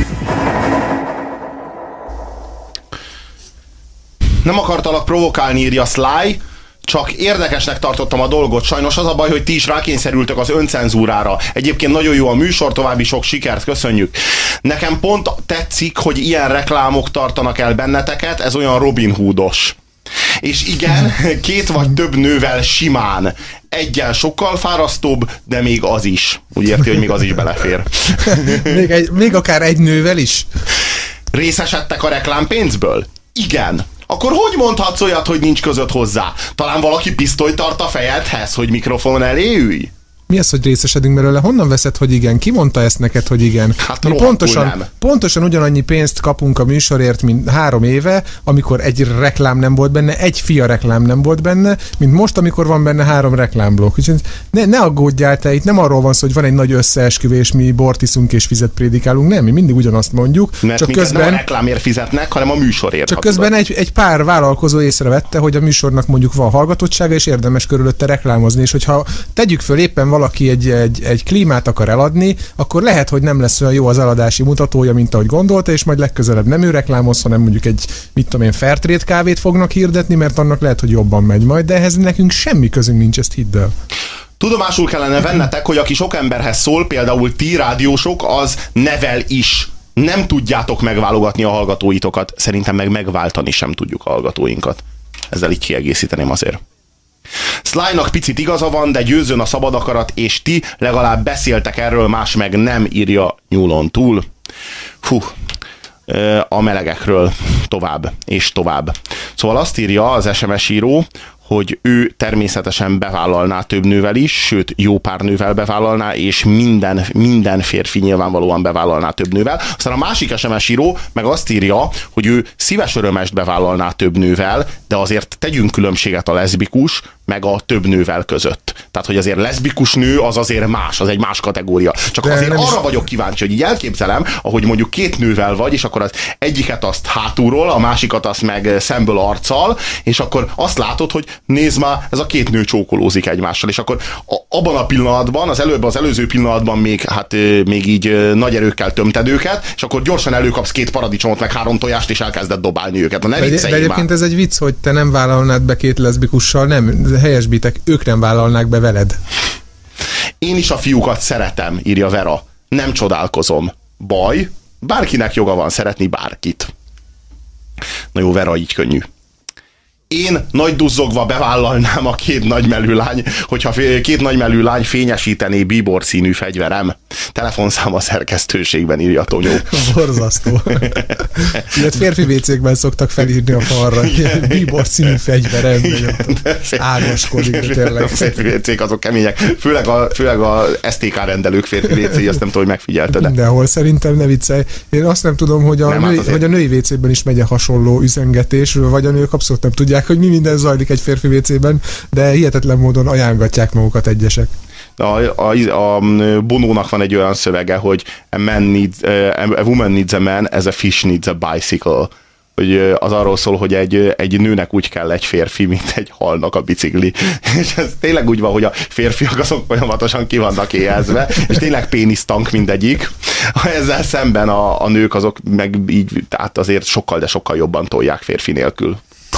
Nem akartalak provokálni, írja Sly, csak érdekesnek tartottam a dolgot. Sajnos az a baj, hogy ti is rákényszerültök az öncenzúrára. Egyébként nagyon jó a műsor, további sok sikert, köszönjük. Nekem pont tetszik, hogy ilyen reklámok tartanak el benneteket, ez olyan Robin Hoodos. És igen, 2 vagy több nővel simán. Egyen sokkal fárasztóbb, de még az is. Úgy érti, hogy még az is belefér. még akár egy nővel is? Részesedtek a reklámpénzből? Igen. Akkor hogy mondhatsz olyat, hogy nincs között hozzá? Talán valaki pisztolyt tart a fejedhez, hogy mikrofon elé ülj? Mi az, hogy részesedünk belőle? Honnan veszed, hogy igen? Ki mondta ezt neked, hogy igen? Hát mi pontosan ugyanannyi pénzt kapunk a műsorért, mint 3 éve, amikor egy reklám nem volt benne, egy fia reklám nem volt benne, mint most, amikor van benne 3 reklámblokk. Úgyhogy ne aggódjál te, itt nem arról van szó, hogy van egy nagy összeesküvés, mi bort iszunk és vizet prédikálunk, nem, mi mindig ugyanazt mondjuk. Mert csak közben nem a reklámért fizetnek, hanem a műsorért. Csak közben egy pár vállalkozó észrevette, hogy a műsornak mondjuk van hallgatottsága, és érdemes körülötte reklámozni, és hogyha tegyük föl éppen valaki egy klímát akar eladni, akkor lehet, hogy nem lesz olyan jó az eladási mutatója, mint ahogy gondolta, és majd legközelebb nem ő reklámoz, hanem mondjuk egy, mit tudom én, Fairtrade kávét fognak hirdetni, mert annak lehet, hogy jobban megy majd, de ehhez nekünk semmi közünk nincs, ezt hidd el. Tudomásul kellene vennetek, hogy aki sok emberhez szól, például ti rádiósok, az nevel is. Nem tudjátok megválogatni a hallgatóitokat, szerintem meg megváltani sem tudjuk a hallgatóinkat. Ezzel így kiegészíteném azért. Sly-nak picit igaza van, de győzön a szabad akarat, és ti legalább beszéltek erről, más meg nem, írja nyúlon túl. A melegekről tovább és tovább. Szóval azt írja az SMS író, hogy ő természetesen bevállalná több nővel is, sőt, jó pár nővel bevállalná, és minden férfi nyilvánvalóan bevállalná több nővel. Aztán a másik SMS író meg azt írja, hogy ő szíves örömest bevállalná több nővel, de azért tegyünk különbséget a leszbikus meg a több nővel között. Tehát, hogy azért leszbikus nő az azért más, az egy más kategória. Csak de azért arra vagyok kíváncsi, hogy így elképzelem, ahogy mondjuk 2 nővel vagy, és akkor az egyiket azt hátulról, a másikat azt meg szemből arccal, és akkor azt látod, hogy nézd már, ez a 2 nő csókolózik egymással, és akkor abban a pillanatban, az előző pillanatban még így nagy erőkkel tömted őket, és akkor gyorsan előkapsz 2 paradicsomot, meg 3 tojást, és elkezded dobálni őket. De egyébként ez egy vicc, hogy te nem vállalnád be 2 leszbikussal, nem, helyesbítek, ők nem vállalnák be veled. Én is a fiúkat szeretem, írja Vera. Nem csodálkozom. Baj, bárkinek joga van szeretni bárkit. Na jó, Vera, így könnyű. Én nagy duzzogva bevállalnám a 2 nagymelű lány, hogyha 2 nagymelű lány fényesítené bíbor színű fegyverem. Telefonszám a szerkesztőségben, írja Tonyó. Borzasztó. Ilyet férfi vécékben szoktak felírni a falra. Bíbor színű fegyverem. Ágaskodik, de tényleg. Férfi vécék azok kemények. Főleg a STK rendelők férfi vécéi, azt nem tudom, hogy megfigyelte. Mindenhol szerintem, ne viccelj. Én azt nem tudom, hogy a női vécében is megy hasonló üzengetésről, vagy a nők abszolút nem tudják, hogy mi minden zajlik egy férfi vécében, de hihetetlen módon ajánlgatják magukat egyesek. A Bonónak van egy olyan szövege, hogy a woman needs a man as a fish needs a bicycle. Hogy az arról szól, hogy egy nőnek úgy kell egy férfi, mint egy halnak a bicikli. És ez tényleg úgy van, hogy a férfiak azok folyamatosan ki vannak éhezve, és tényleg pénisztank mindegyik. Ezzel szemben a nők azok meg így, tehát azért sokkal, de sokkal jobban tolják férfi nélkül.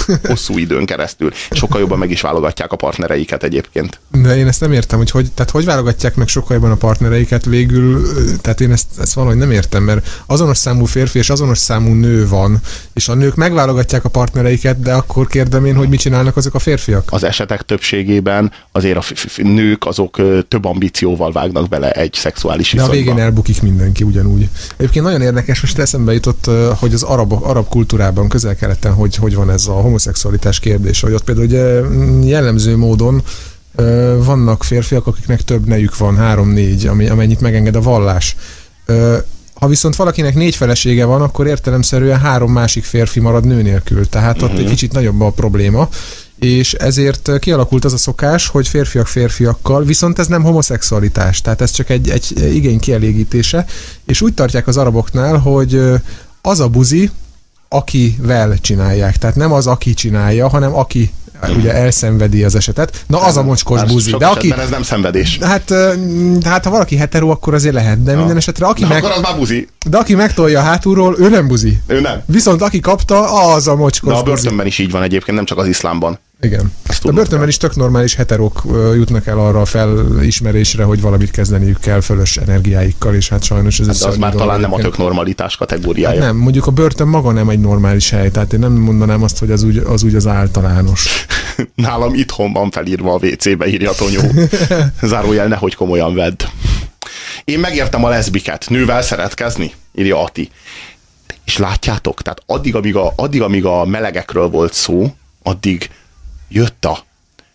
Hosszú időn keresztül. Sokkal jobban meg is válogatják a partnereiket egyébként. De én ezt nem értem, tehát hogy válogatják meg sokkal jobban a partnereiket végül, tehát én ezt valahogy nem értem, mert azonos számú férfi és azonos számú nő van, és a nők megválogatják a partnereiket, de akkor kérdem én, hogy mit csinálnak azok a férfiak? Az esetek többségében azért a nők azok több ambícióval vágnak bele egy szexuális viszonyba. De a végén elbukik mindenki ugyanúgy. Egyébként nagyon érdekes, most eszembe jutott, hogy az arab kultúrában, Közel-Keleten, hogy van ez a homoszexualitás kérdése, hogy ott például ugye jellemző módon vannak férfiak, akiknek több nejük van, 3-4, amennyit megenged a vallás. Ha viszont valakinek 4 felesége van, akkor értelemszerűen 3 másik férfi marad nő nélkül. Tehát ott egy kicsit nagyobb a probléma. És ezért kialakult az a szokás, hogy férfiak férfiakkal, viszont ez nem homoszexualitás, tehát ez csak egy igény kielégítése, és úgy tartják az araboknál, hogy az a buzi, akivel csinálják, tehát nem az, aki csinálja, hanem aki ugye elszenvedi az esetet. Na, az a mocskos buzi. De aki... ez nem szenvedés. Hát ha valaki hetero, akkor azért lehet, de minden esetre akkor az már buzi. De aki megtolja hátulról, ő nem buzi. Ő nem. Viszont aki kapta, az a mocskos buzi. De a börtönben is így van egyébként, nem csak az iszlámban. Igen. A börtönben is tök normális heterók jutnak el arra a felismerésre, hogy valamit kezdeniük kell fölös energiáikkal, és hát sajnos ez az már talán nem a tök normalitás kategóriája. Hát nem, mondjuk a börtön maga nem egy normális hely, tehát én nem mondanám azt, hogy az úgy az általános. Nálam itthon van felírva a WC-be, írja Tonyó. Zárójel, nehogy komolyan vedd. Én megértem a leszbiket. Nővel szeretkezni? Írja Ati. És látjátok, tehát addig, amíg a melegekről volt szó, addig jött a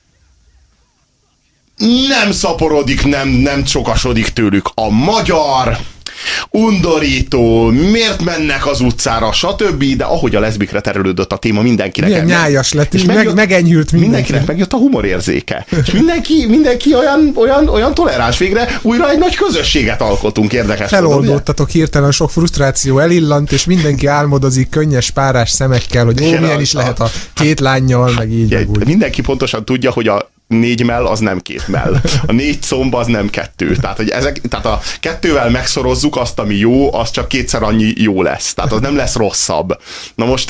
nem szaporodik, nem sokasodik tőlük a magyar, undorító, miért mennek az utcára, stb. De ahogy a leszbikre terülődött a téma, mindenkinek... Milyen nyájas lett, és megenyhült mindenkinek megjött a humorérzéke. És mindenki olyan toleráns, végre újra egy nagy közösséget alkotunk, érdekes. Feloldódtatok hirtelen, sok frusztráció elillant, és mindenki álmodozik könnyes párás szemekkel, hogy milyen is lehet a 2 lánnyal, meg így. Meg úgy. Mindenki pontosan tudja, hogy a 4 mell az nem 2 mell. A 4 comb az nem 2. Tehát, hogy tehát a 2-vel megszorozzuk azt, ami jó, az csak 2-szer annyi jó lesz. Tehát az nem lesz rosszabb. Na most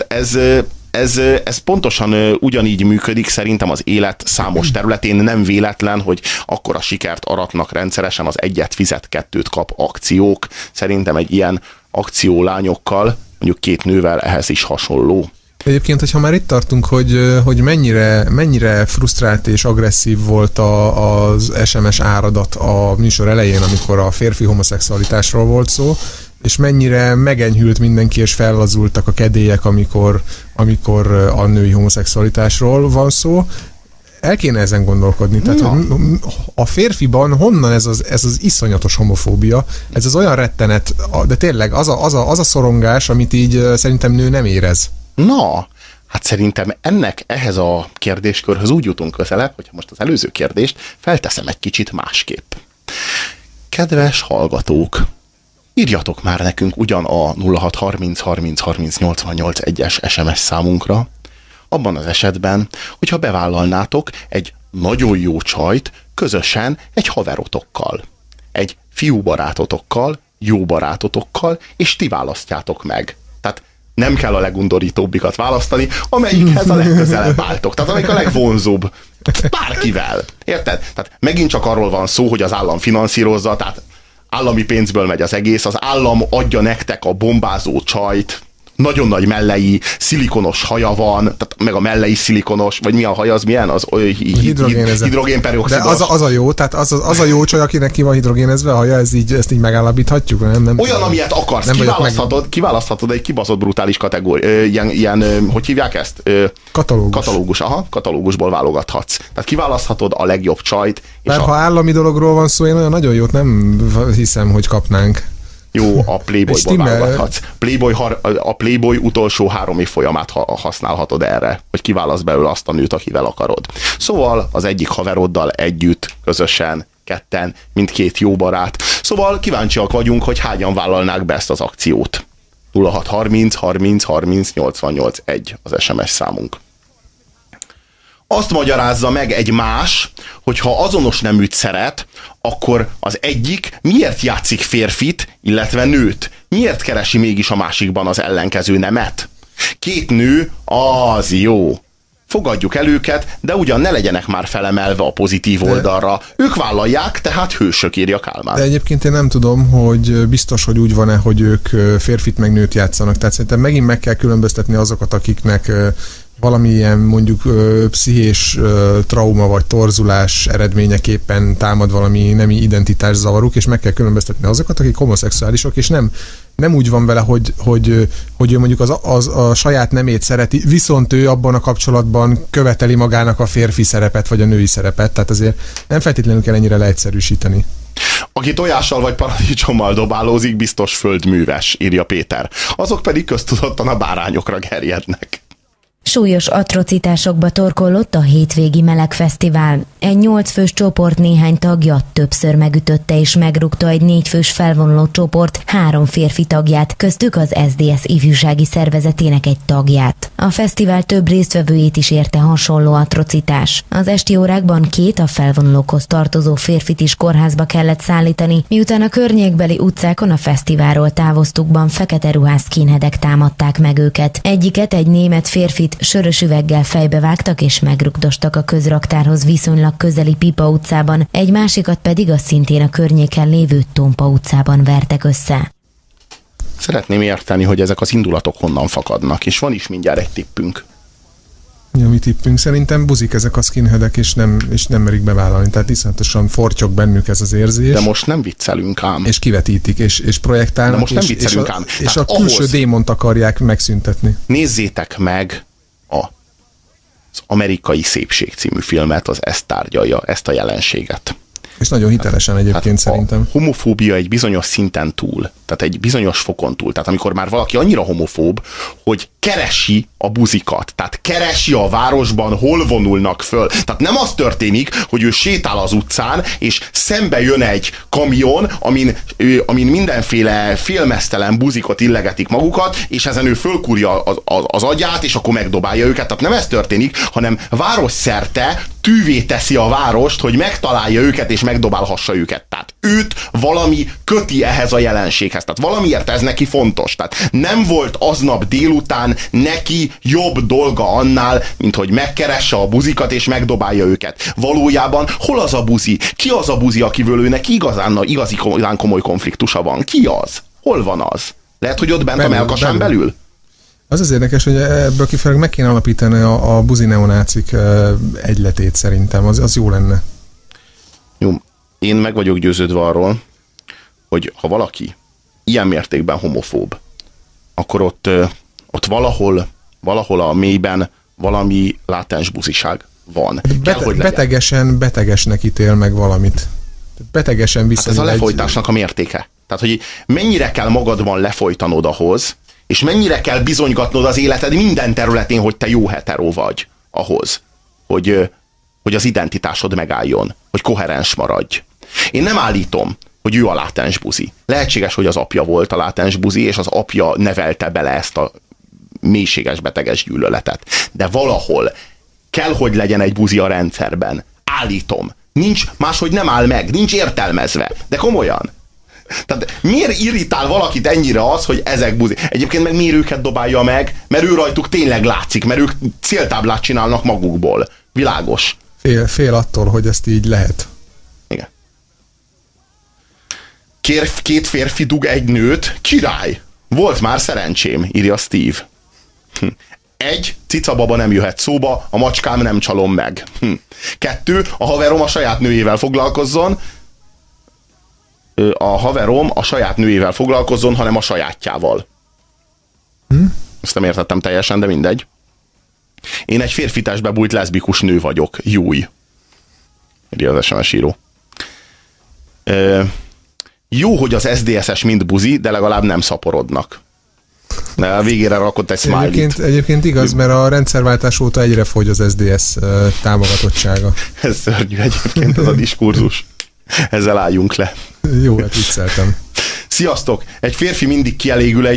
ez pontosan ugyanígy működik szerintem az élet számos területén. Nem véletlen, hogy akkora sikert aratnak rendszeresen az 1 fizet 2 kap akciók. Szerintem egy ilyen akció lányokkal, mondjuk 2 nővel ehhez is hasonló. Egyébként, hogyha már itt tartunk, hogy mennyire frusztrált és agresszív volt az SMS áradat a műsor elején, amikor a férfi homoszexualitásról volt szó, és mennyire megenyhült mindenki, és fellazultak a kedélyek, amikor a női homoszexualitásról van szó, el kéne ezen gondolkodni. Tehát, hogy a férfiban honnan ez az iszonyatos homofóbia, ez az olyan rettenet, de tényleg az a szorongás, amit így szerintem nő nem érez. Na, hát szerintem ehhez a kérdéskörhöz úgy jutunk közelebb, hogyha most az előző kérdést felteszem egy kicsit másképp. Kedves hallgatók, írjatok már nekünk ugyan a 0630 30 30 88 1-es SMS számunkra, abban az esetben, hogyha bevállalnátok egy nagyon jó csajt közösen egy haverotokkal, egy fiú barátotokkal, jó barátotokkal, és ti választjátok meg. Tehát nem kell a legundorítóbbikat választani, amelyikhez a legközelebb álltok. Tehát amelyik a legvonzóbb. Bárkivel. Érted? Tehát megint csak arról van szó, hogy az állam finanszírozza, tehát állami pénzből megy az egész, az állam adja nektek a bombázó csajt, nagyon nagy mellei, szilikonos haja van, tehát meg a mellei szilikonos, vagy mi a haja, az milyen? Az hidrogénperoxidos. De az a jó, tehát az a jó csaj, akinek ki van hidrogénezve a haja, ezt így megállapíthatjuk? Nem, olyan, amilyet akarsz, kiválaszthatod egy kibaszott brutális kategória, ilyen, hogy hívják ezt? Katalógus, katalógusból válogathatsz. Tehát kiválaszthatod a legjobb csajt. Mert ha állami dologról van szó, én olyan nagyon jót nem hiszem, hogy kapnánk. Jó, a Playboyból válogathatsz. A Playboy utolsó 3 év folyamát használhatod erre, hogy kiválasz belőle azt a nőt, akivel akarod. Szóval az egyik haveroddal együtt, közösen, ketten, mindkét jó barát. Szóval kíváncsiak vagyunk, hogy hányan vállalnák be ezt az akciót. 0630 30 30 88 1 az SMS számunk. Azt magyarázza meg egy más, hogy ha azonos neműt szeret, akkor az egyik miért játszik férfit, illetve nőt? Miért keresi mégis a másikban az ellenkező nemet? 2 nő, az jó. fogadjuk el őket, de ugyan ne legyenek már felemelve a pozitív oldalra. Ők vállalják, tehát hősök, írja Kálmán. De egyébként én nem tudom, hogy biztos, hogy úgy van-e, hogy ők férfit meg nőt játszanak. Tehát szerintem megint meg kell különböztetni azokat, akiknek valamilyen mondjuk pszichés trauma vagy torzulás eredményeképpen támad valami nemi identitászavaruk, és meg kell különböztetni azokat, akik homoszexuálisok, és nem úgy van vele, hogy ő mondjuk a saját nemét szereti, viszont ő abban a kapcsolatban követeli magának a férfi szerepet, vagy a női szerepet, tehát azért nem feltétlenül kell ennyire leegyszerűsíteni. Aki tojással vagy paradicsommal dobálózik, biztos földműves, írja Péter. Azok pedig köztudottan a bárányokra gerjednek. Súlyos atrocitásokba torkollott a hétvégi melegfesztivál. Egy 8 fős csoport néhány tagja többször megütötte és megrúgta egy 4 fős felvonuló csoport 3 férfi tagját, köztük az SZDSZ ifjúsági szervezetének egy tagját. A fesztivál több résztvevőjét is érte hasonló atrocitás. Az esti órákban 2 a felvonulókhoz tartozó férfit is kórházba kellett szállítani, miután a környékbeli utcákon a fesztiválról távoztukban fekete ruhás skinheadek támadták meg őket. Egyiket, egy német férfit sörös üveggel fejbevágtak és megrugdostak a közraktárhoz viszonylag közeli Pipa utcában, egy másikat pedig a szintén a környéken lévő Tompa utcában vertek össze. Szeretném érteni, hogy ezek az indulatok honnan fakadnak, és van is mindjárt egy tippünk. Ja, mi tippünk? Szerintem buzik ezek a skinheadek, és nem merik bevállalni. Tehát iszonyatosan fortyog bennük ez az érzés. De most nem viccelünk ám. És kivetítik, és projektálnak. De most nem viccelünk ám. És a külső démont akarják megszüntetni. Nézzétek meg az Amerikai Szépség című filmet, az ezt tárgyalja, ezt a jelenséget. És nagyon hitelesen egyébként szerintem. A homofóbia egy bizonyos szinten túl, tehát egy bizonyos fokon túl. Tehát amikor már valaki annyira homofób, hogy keresi a buzikat, tehát keresi a városban, hol vonulnak föl. Tehát nem az történik, hogy ő sétál az utcán, és szembe jön egy kamion, amin mindenféle félmeztelen buzikot illegetik magukat, és ezen ő fölkúrja az agyát, és akkor megdobálja őket. Tehát nem ez történik, hanem városszerte tűvé teszi a várost, hogy megtalálja őket, és megdobálhassa őket. Tehát őt valami köti ehhez a jelenséghez. Tehát valamiért ez neki fontos. Tehát nem volt aznap délután neki jobb dolga annál, mint hogy megkeresse a buzikat, és megdobálja őket. Valójában hol az a buzi? Ki az a buzi, akivel őnek igazi komoly konfliktusa van? Ki az? Hol van az? Lehet, hogy ott bent a melkasán belül? Az érdekes, hogy ebből kifelől meg kéne alapítani a buzi neonácik egyletét szerintem. Az jó lenne. Jó, én meg vagyok győződve arról, hogy ha valaki ilyen mértékben homofób, akkor ott valahol a mélyben valami látens buziság van. Betegesnek ítél meg valamit. Betegesen viszonyul. Hát ez a lefolytásnak a mértéke. Tehát, hogy mennyire kell magadban lefolytanod ahhoz, és mennyire kell bizonygatnod az életed minden területén, hogy te jó hetero vagy ahhoz, hogy az identitásod megálljon, hogy koherens maradj. Én nem állítom, hogy ő a látens buzi. Lehetséges, hogy az apja volt a látens buzi, és az apja nevelte bele ezt a mélységes, beteges gyűlöletet. De valahol kell, hogy legyen egy buzi a rendszerben. Állítom. Nincs, máshogy nem áll meg, nincs értelmezve. De komolyan. Tehát miért irritál valakit ennyire az, hogy ezek buzi? Egyébként meg miért őket dobálja meg? Mert ő rajtuk tényleg látszik, mert ők céltáblát csinálnak magukból. Világos. Fél attól, hogy ezt így lehet. Igen. Két férfi dug egy nőt, király! Volt már szerencsém, írja Steve. 1. Cicababa nem jöhet szóba, a macskám nem csalom meg. 2. A haverom a saját nőjével foglalkozzon, hanem a sajátjával. Ezt nem értettem teljesen, de mindegy. Én egy férfi testbe bújt leszbikus nő vagyok. Júj. Írja az SMS író. Jó, hogy az SZDSZ-es mind buzi, de legalább nem szaporodnak. De a végére rakott egy smiley-t. Egyébként igaz, mert a rendszerváltás óta egyre fogy az SZDSZ támogatottsága. Ez szörnyű egyébként, ez a diskurzus. Ezzel álljunk le. Jó, hát vicceltem. Sziasztok! Egy férfi mindig kielégül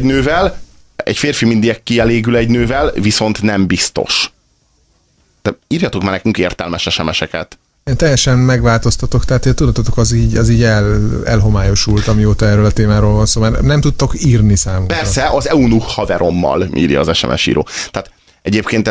egy nővel, viszont nem biztos. De írjatok már nekünk értelmes SMS-eket. Én teljesen megváltoztatok, tehát a tudatotok az így elhomályosult, amióta erről a témáról van szó, mert nem tudtok írni számunkra. Persze, az eunuch haverommal, írja az SMS író. Tehát Egyébként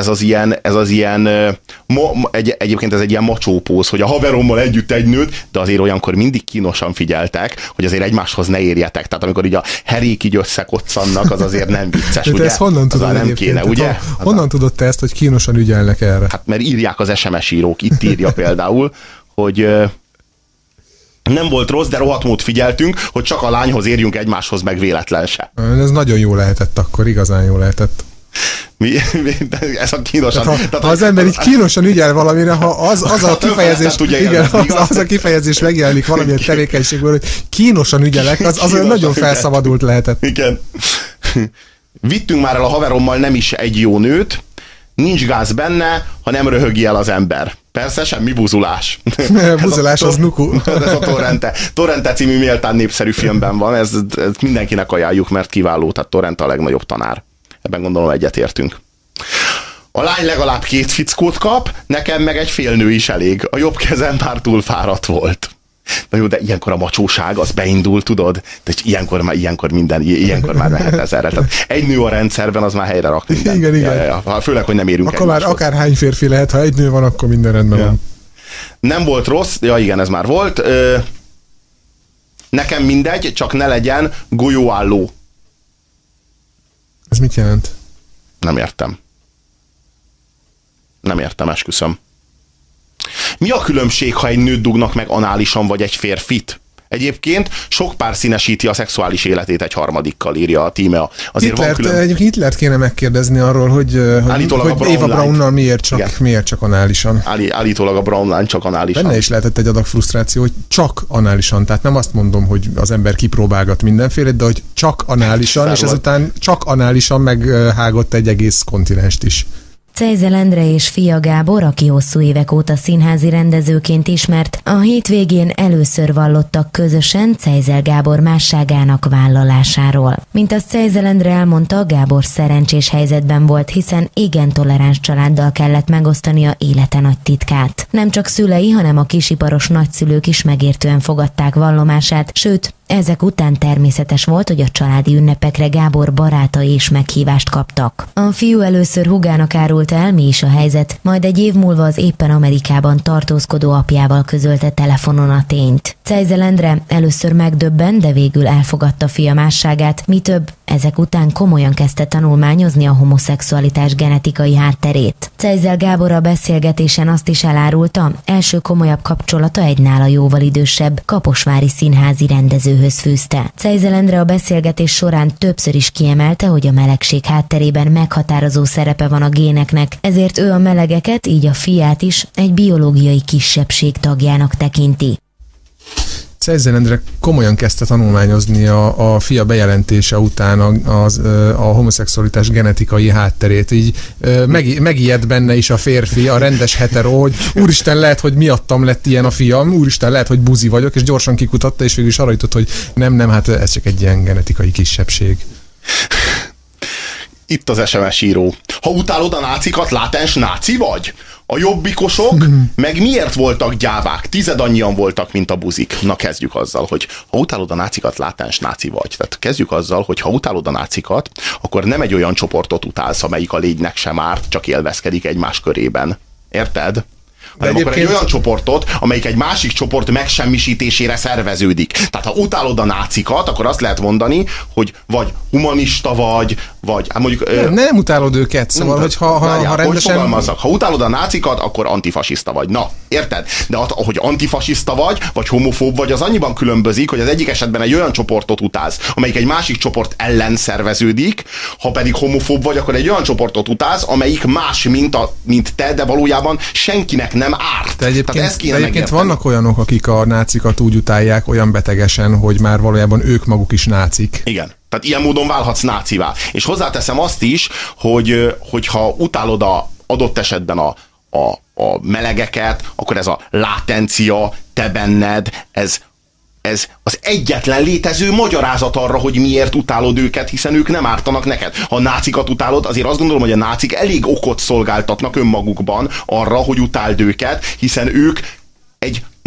egyébként ez egy ilyen macsópóz, hogy a haverommal együtt egy nőt, de azért olyankor mindig kínosan figyeltek, hogy azért egymáshoz ne érjetek. Tehát amikor így a herék így összekoccannak, az azért nem vicces, de ugye? ezt honnan tudod nem kéne, ugye? Honnan tudod te ezt, hogy kínosan ügyelnek erre? Hát mert írják az SMS írók, itt írja például, hogy nem volt rossz, de rohadt mód figyeltünk, hogy csak a lányhoz érjünk, egymáshoz meg véletlen se. Ez nagyon jó lehetett akkor, igazán jó lehetett. Ez a kínosan... Ha az ember így kínosan ügyel valamire, ha az a kifejezés, az a kifejezés megjelenik valamilyen tevékenységből, hogy kínosan ügyelek, az nagyon felszabadult lehetett. Igen. Vittünk már el a haverommal nem is egy jó nőt, nincs gáz benne, ha nem röhögi el az ember. Persze, semmi buzulás. Buzulás az nuku. Ez a Torrente című méltán népszerű filmben van, ezt mindenkinek ajánljuk, mert kiváló, tehát Torrente a legnagyobb tanár. Ebben gondolom egyetértünk. A lány legalább 2 fickót kap, nekem meg egy fél nő is elég. A jobb kezem már túl fáradt volt. Na jó, de ilyenkor a macsóság, az beindul, tudod? De ilyenkor már mehet ezerre. Tehát egy nő a rendszerben, az már helyre rak mindent. Igen. Ja. Főleg, hogy nem érünk akkor egymáshoz. Már akárhány férfi lehet, ha egy nő van, akkor minden rendben van. Nem volt rossz, ja igen, ez már volt. Nekem mindegy, csak ne legyen golyóálló. Ez mit jelent? Nem értem, esküszöm. Mi a különbség, ha egy nőt dugnak meg análisan, vagy egy férfit? Egyébként sok pár színesíti a szexuális életét egy harmadikkal, írja a Tímea. Egyébként Hitlert kéne megkérdezni arról, hogy Eva Braunnal miért csak análisan. Állítólag a Braun lány csak análisan. Benne is lehetett egy adag frusztráció, hogy csak análisan. Tehát nem azt mondom, hogy az ember kipróbálgat mindenfélét, de hogy csak análisan, és ezután csak análisan meghágott egy egész kontinenst is. Czejzel Endre és fia Gábor, aki hosszú évek óta színházi rendezőként ismert, a hétvégén először vallottak közösen Czejzel Gábor másságának vállalásáról. Mint azt Czejzel Endre elmondta, Gábor szerencsés helyzetben volt, hiszen igen toleráns családdal kellett megosztania élete nagy titkát. Nem csak szülei, hanem a kisiparos nagyszülők is megértően fogadták vallomását, sőt, ezek után természetes volt, hogy a családi ünnepekre Gábor barátai is meghívást kaptak. A fiú először húgának árult el, mi is a helyzet, majd egy év múlva az éppen Amerikában tartózkodó apjával közölte telefonon a tényt. Czejzel Endre először megdöbben, de végül elfogadta fia másságát, mi több, ezek után komolyan kezdte tanulmányozni a homoszexualitás genetikai hátterét. Czejzel Gábor a beszélgetésen azt is elárulta, első komolyabb kapcsolata egy nála jóval idősebb, kaposvári színházi rendezőhöz fűzte. Czejzel Endre a beszélgetés során többször is kiemelte, hogy a melegség hátterében meghatározó szerepe van a géneknek, ezért ő a melegeket, így a fiát is egy biológiai kisebbség tagjának tekinti. Czejzel Endre komolyan kezdte tanulmányozni a fia bejelentése után a homoszexualitás genetikai hátterét. Így megijedt benne is a férfi, a rendes hetero, hogy úristen, lehet, hogy miattam lett ilyen a fiam, úristen, lehet, hogy buzi vagyok, és gyorsan kikutatta, és végül is arra jutott, hogy nem, hát ez csak egy ilyen genetikai kisebbség. Itt az SMS író. Ha utálod a nácikat, látens náci vagy? A jobbikosok meg miért voltak gyávák? 10 annyian voltak, mint a buzik. Na kezdjük azzal, hogy ha utálod a nácikat, látens náci vagy. Tehát kezdjük azzal, hogy ha utálod a nácikat, akkor nem egy olyan csoportot utálsz, amelyik a légynek sem árt, csak élvezkedik egymás körében. Érted? Hanem akkor egy olyan csoportot, amelyik egy másik csoport megsemmisítésére szerveződik. Tehát ha utálod a nácikat, akkor azt lehet mondani, hogy humanista vagy hát mondjuk... Nem utálod őket, szóval, hogy ha rendesen... Ha utálod a nácikat, akkor antifasiszta vagy. Na, érted? De hogy antifasiszta vagy homofób vagy, az annyiban különbözik, hogy az egyik esetben egy olyan csoportot utálsz, amelyik egy másik csoport ellen szerveződik, ha pedig homofób vagy, akkor egy olyan csoportot utálsz, amelyik más, mint te, de valójában senkinek nem árt. De egyébként vannak olyanok, akik a nácikat úgy utálják olyan betegesen, hogy már valójában ők maguk is nácik. Igen. Tehát ilyen módon válhatsz nácivá. És hozzáteszem azt is, hogy ha utálod adott esetben a melegeket, akkor ez a látencia, te benned, ez az egyetlen létező magyarázat arra, hogy miért utálod őket, hiszen ők nem ártanak neked. Ha a nácikat utálod, azért azt gondolom, hogy a nácik elég okot szolgáltatnak önmagukban arra, hogy utáld őket, hiszen ők egy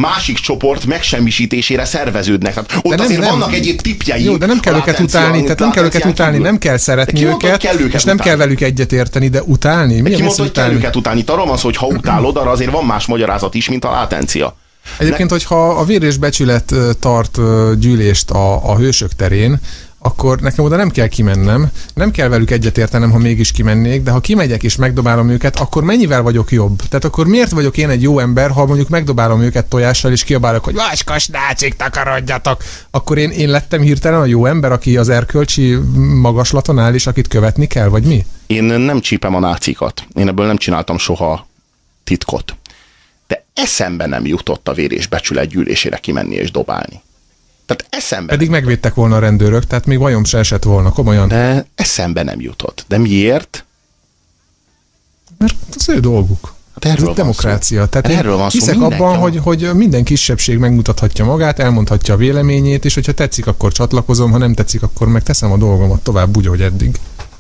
másik csoport megsemmisítésére szerveződnek. Tehát ott de azért vannak egyéb tipjei. Jó, de nem kell őket utálni, tehát nem kell őket utálni, nem kell szeretni őket, és nem kell velük egyetérteni, de utálni? Ki mondta, hogy kell őket utálni? Itt arról van szó, hogy ha utálod, arra azért van más magyarázat is, mint a látencia. Egyébként, hogyha a Vér és Becsület tart gyűlést a Hősök terén, akkor nekem oda nem kell kimennem, nem kell velük egyetértenem, ha mégis kimennék, de ha kimegyek és megdobálom őket, akkor mennyivel vagyok jobb? Tehát akkor miért vagyok én egy jó ember, ha mondjuk megdobálom őket tojással, és kiabálok, hogy vaskos nácik, takarodjatok, akkor én lettem hirtelen a jó ember, aki az erkölcsi magaslaton áll, és akit követni kell, vagy mi? Én nem csípem a nácikat. Én ebből nem csináltam soha titkot. De eszembe nem jutott a Vér és Becsület gyűlésére kimenni és dobálni. Tehát eszembe pedig megvédtek volna a rendőrök, tehát még bajom se esett volna, komolyan. De eszembe nem jutott. De miért? Mert az ő dolguk. Hát ez a demokrácia. Tehát erről van szó. Hiszek abban, hogy minden kisebbség megmutathatja magát, elmondhatja a véleményét, és hogyha tetszik, akkor csatlakozom, ha nem tetszik, akkor megteszem a dolgomat tovább úgy, hogy eddig.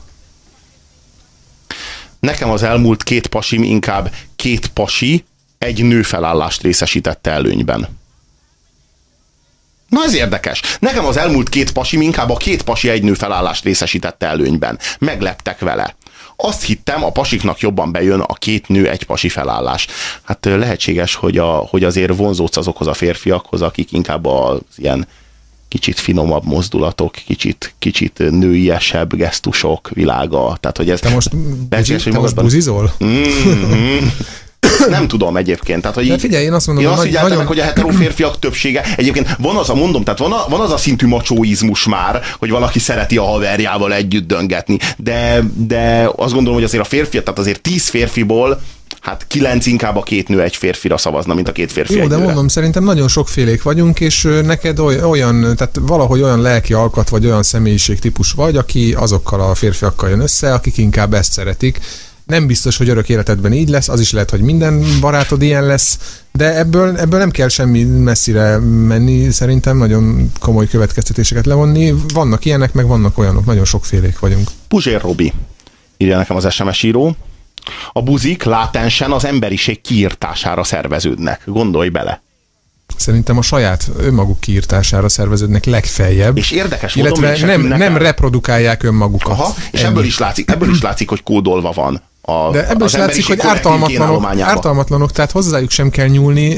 Nekem az elmúlt 2 pasim inkább 2 pasi egy nő felállást részesítette előnyben. Na ez érdekes. Nekem az elmúlt 2 pasim inkább a 2 pasi egy nő felállást részesítette előnyben. Megleptek vele. Azt hittem, a pasiknak jobban bejön a 2 nő egy pasi felállás. Hát lehetséges, hogy azért vonzódsz azokhoz a férfiakhoz, akik inkább az ilyen kicsit finomabb mozdulatok, kicsit nőiesebb gesztusok világa. Tehát, hogy ez... Te most buzizol? Nem tudom egyébként. Tehát, hogy de figyelj, én azt mondom, hogy figyeltem meg, hogy a hetero férfiak többsége, egyébként van az a, mondom, tehát van az a szintű macsóizmus már, hogy valaki szereti a haverjával együtt döngetni, de azt gondolom, hogy azért a férfi, tehát azért 10 férfiból hát 9 inkább a 2 nő egy férfira szavazna, mint a 2 férfi. Jó, de mondom, szerintem nagyon sokfélék vagyunk, és neked olyan, tehát valahogy olyan lelki alkat, vagy olyan személyiségtípus vagy, aki azokkal a férfiakkal jön össze, akik inkább ezt szeretik. Nem biztos, hogy örök életedben így lesz, az is lehet, hogy minden barátod ilyen lesz, de ebből nem kell semmi messzire menni, szerintem nagyon komoly következtetéseket levonni. Vannak ilyenek, meg vannak olyanok, nagyon sokfélék vagyunk. Puzsér Robi, írja nekem az SMS író. A buzik látensen az emberiség kiirtására szerveződnek. Gondolj bele. Szerintem a saját önmaguk kiirtására szerveződnek legfeljebb. És érdekes illetve nem reprodukálják önmagukat. Aha, és ebből is látszik, hogy kódolva van. De ebből is látszik, hogy ártalmatlanok, tehát hozzájuk sem kell nyúlni.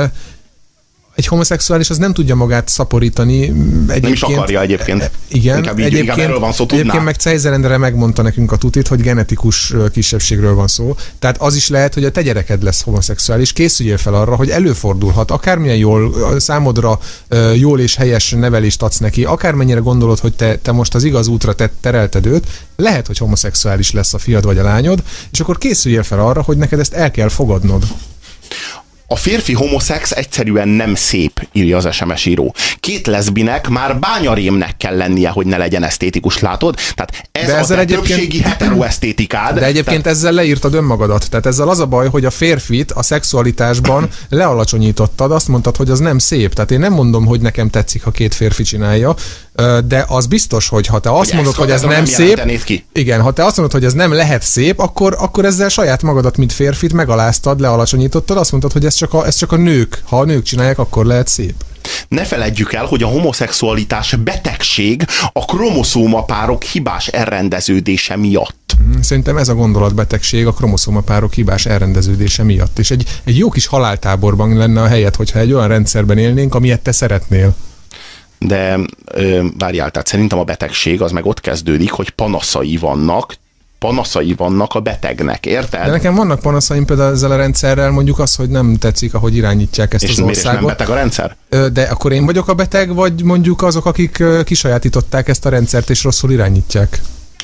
Egy homoszexuális az nem tudja magát szaporítani. Nem is akarja egyébként. Igen, inkább erről van szó, egyébként meg Cejzerendre megmondta nekünk a tutit, hogy genetikus kisebbségről van szó. Tehát az is lehet, hogy a te gyereked lesz homoszexuális. Készüljél fel arra, hogy előfordulhat. Akármilyen jól, számodra jól és helyes nevelést adsz neki, akármennyire gondolod, hogy te most az igaz útra terelted őt, lehet, hogy homoszexuális lesz a fiad vagy a lányod, és akkor készüljél fel arra, hogy neked ezt el kell fogadnod. A férfi homoszex egyszerűen nem szép, írja az SMS író. 2 leszbinek már bányarémnek kell lennie, hogy ne legyen esztétikus, látod? Tehát ez a többségi heteroesztétikád. De egyébként ezzel leírtad önmagadat. Tehát ezzel az a baj, hogy a férfit a szexualitásban lealacsonyítottad, azt mondtad, hogy az nem szép. Tehát én nem mondom, hogy nekem tetszik, ha 2 férfi csinálja, de az biztos, hogy ha te azt mondod, hogy ez nem szép, igen, ha te azt mondod, hogy ez nem lehet szép, akkor ezzel saját magadat, mint férfit megaláztad, lealacsonyítottad, azt mondtad, hogy ez csak a nők, ha a nők csinálják, akkor lehet szép. Ne feledjük el, hogy a homoszexualitás betegség a kromoszómapárok hibás elrendeződése miatt. Szerintem ez a gondolatbetegség a kromoszómapárok hibás elrendeződése miatt. És egy jó kis haláltáborban lenne a helyet, hogyha egy olyan rendszerben élnénk, amilyet te szeretnél. De várjál, tehát szerintem a betegség az meg ott kezdődik, hogy panaszai vannak a betegnek, érted? De nekem vannak panaszaim például ezzel a rendszerrel, mondjuk az, hogy nem tetszik, ahogy irányítják ezt az országot. És nem beteg a rendszer? De akkor én vagyok a beteg, vagy mondjuk azok, akik kisajátították ezt a rendszert, és rosszul irányítják?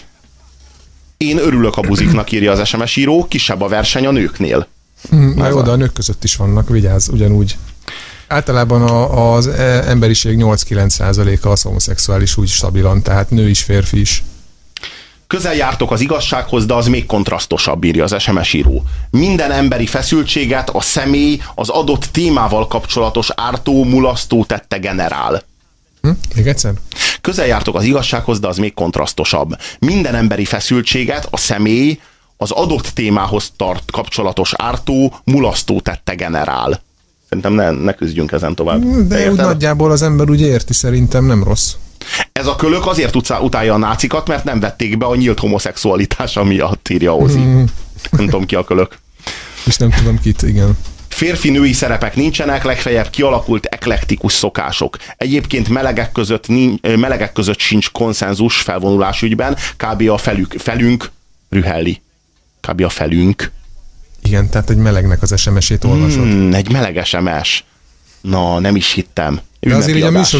Én örülök a buziknak, írja az SMS író, kisebb a verseny a nőknél. Na jó, de a nők között is vannak, vigyázz, ugyanúgy. Általában az emberiség 8-9%-a az homoszexuális úgy stabilan, tehát nő is, férfi is. Közel jártok az igazsághoz, de az még kontrasztosabb, írja az SMS író. Minden emberi feszültséget a személy az adott témával kapcsolatos ártó, mulasztó tette generál. Még egyszer? Közel jártok az igazsághoz, de az még kontrasztosabb. Minden emberi feszültséget a személy az adott témához kapcsolatos ártó, mulasztó tette generál. Szerintem ne küzdjünk ezen tovább. De úgy nagyjából az ember úgy érti, szerintem nem rossz. Ez a kölök azért utálja a nácikat, mert nem vették be a nyílt homoszexualitása miatt, írja Ozi. Nem tudom ki a kölök. És nem tudom kit, igen. Férfi-női szerepek nincsenek, legfeljebb kialakult eklektikus szokások. Egyébként melegek között sincs konszenzus felvonulás ügyben, kb. A felünk Rühelli. Kb. A felünk. Igen, tehát egy melegnek az SMS-ét olvasod. Egy meleg SMS. Na, nem is hittem. De azért a műsor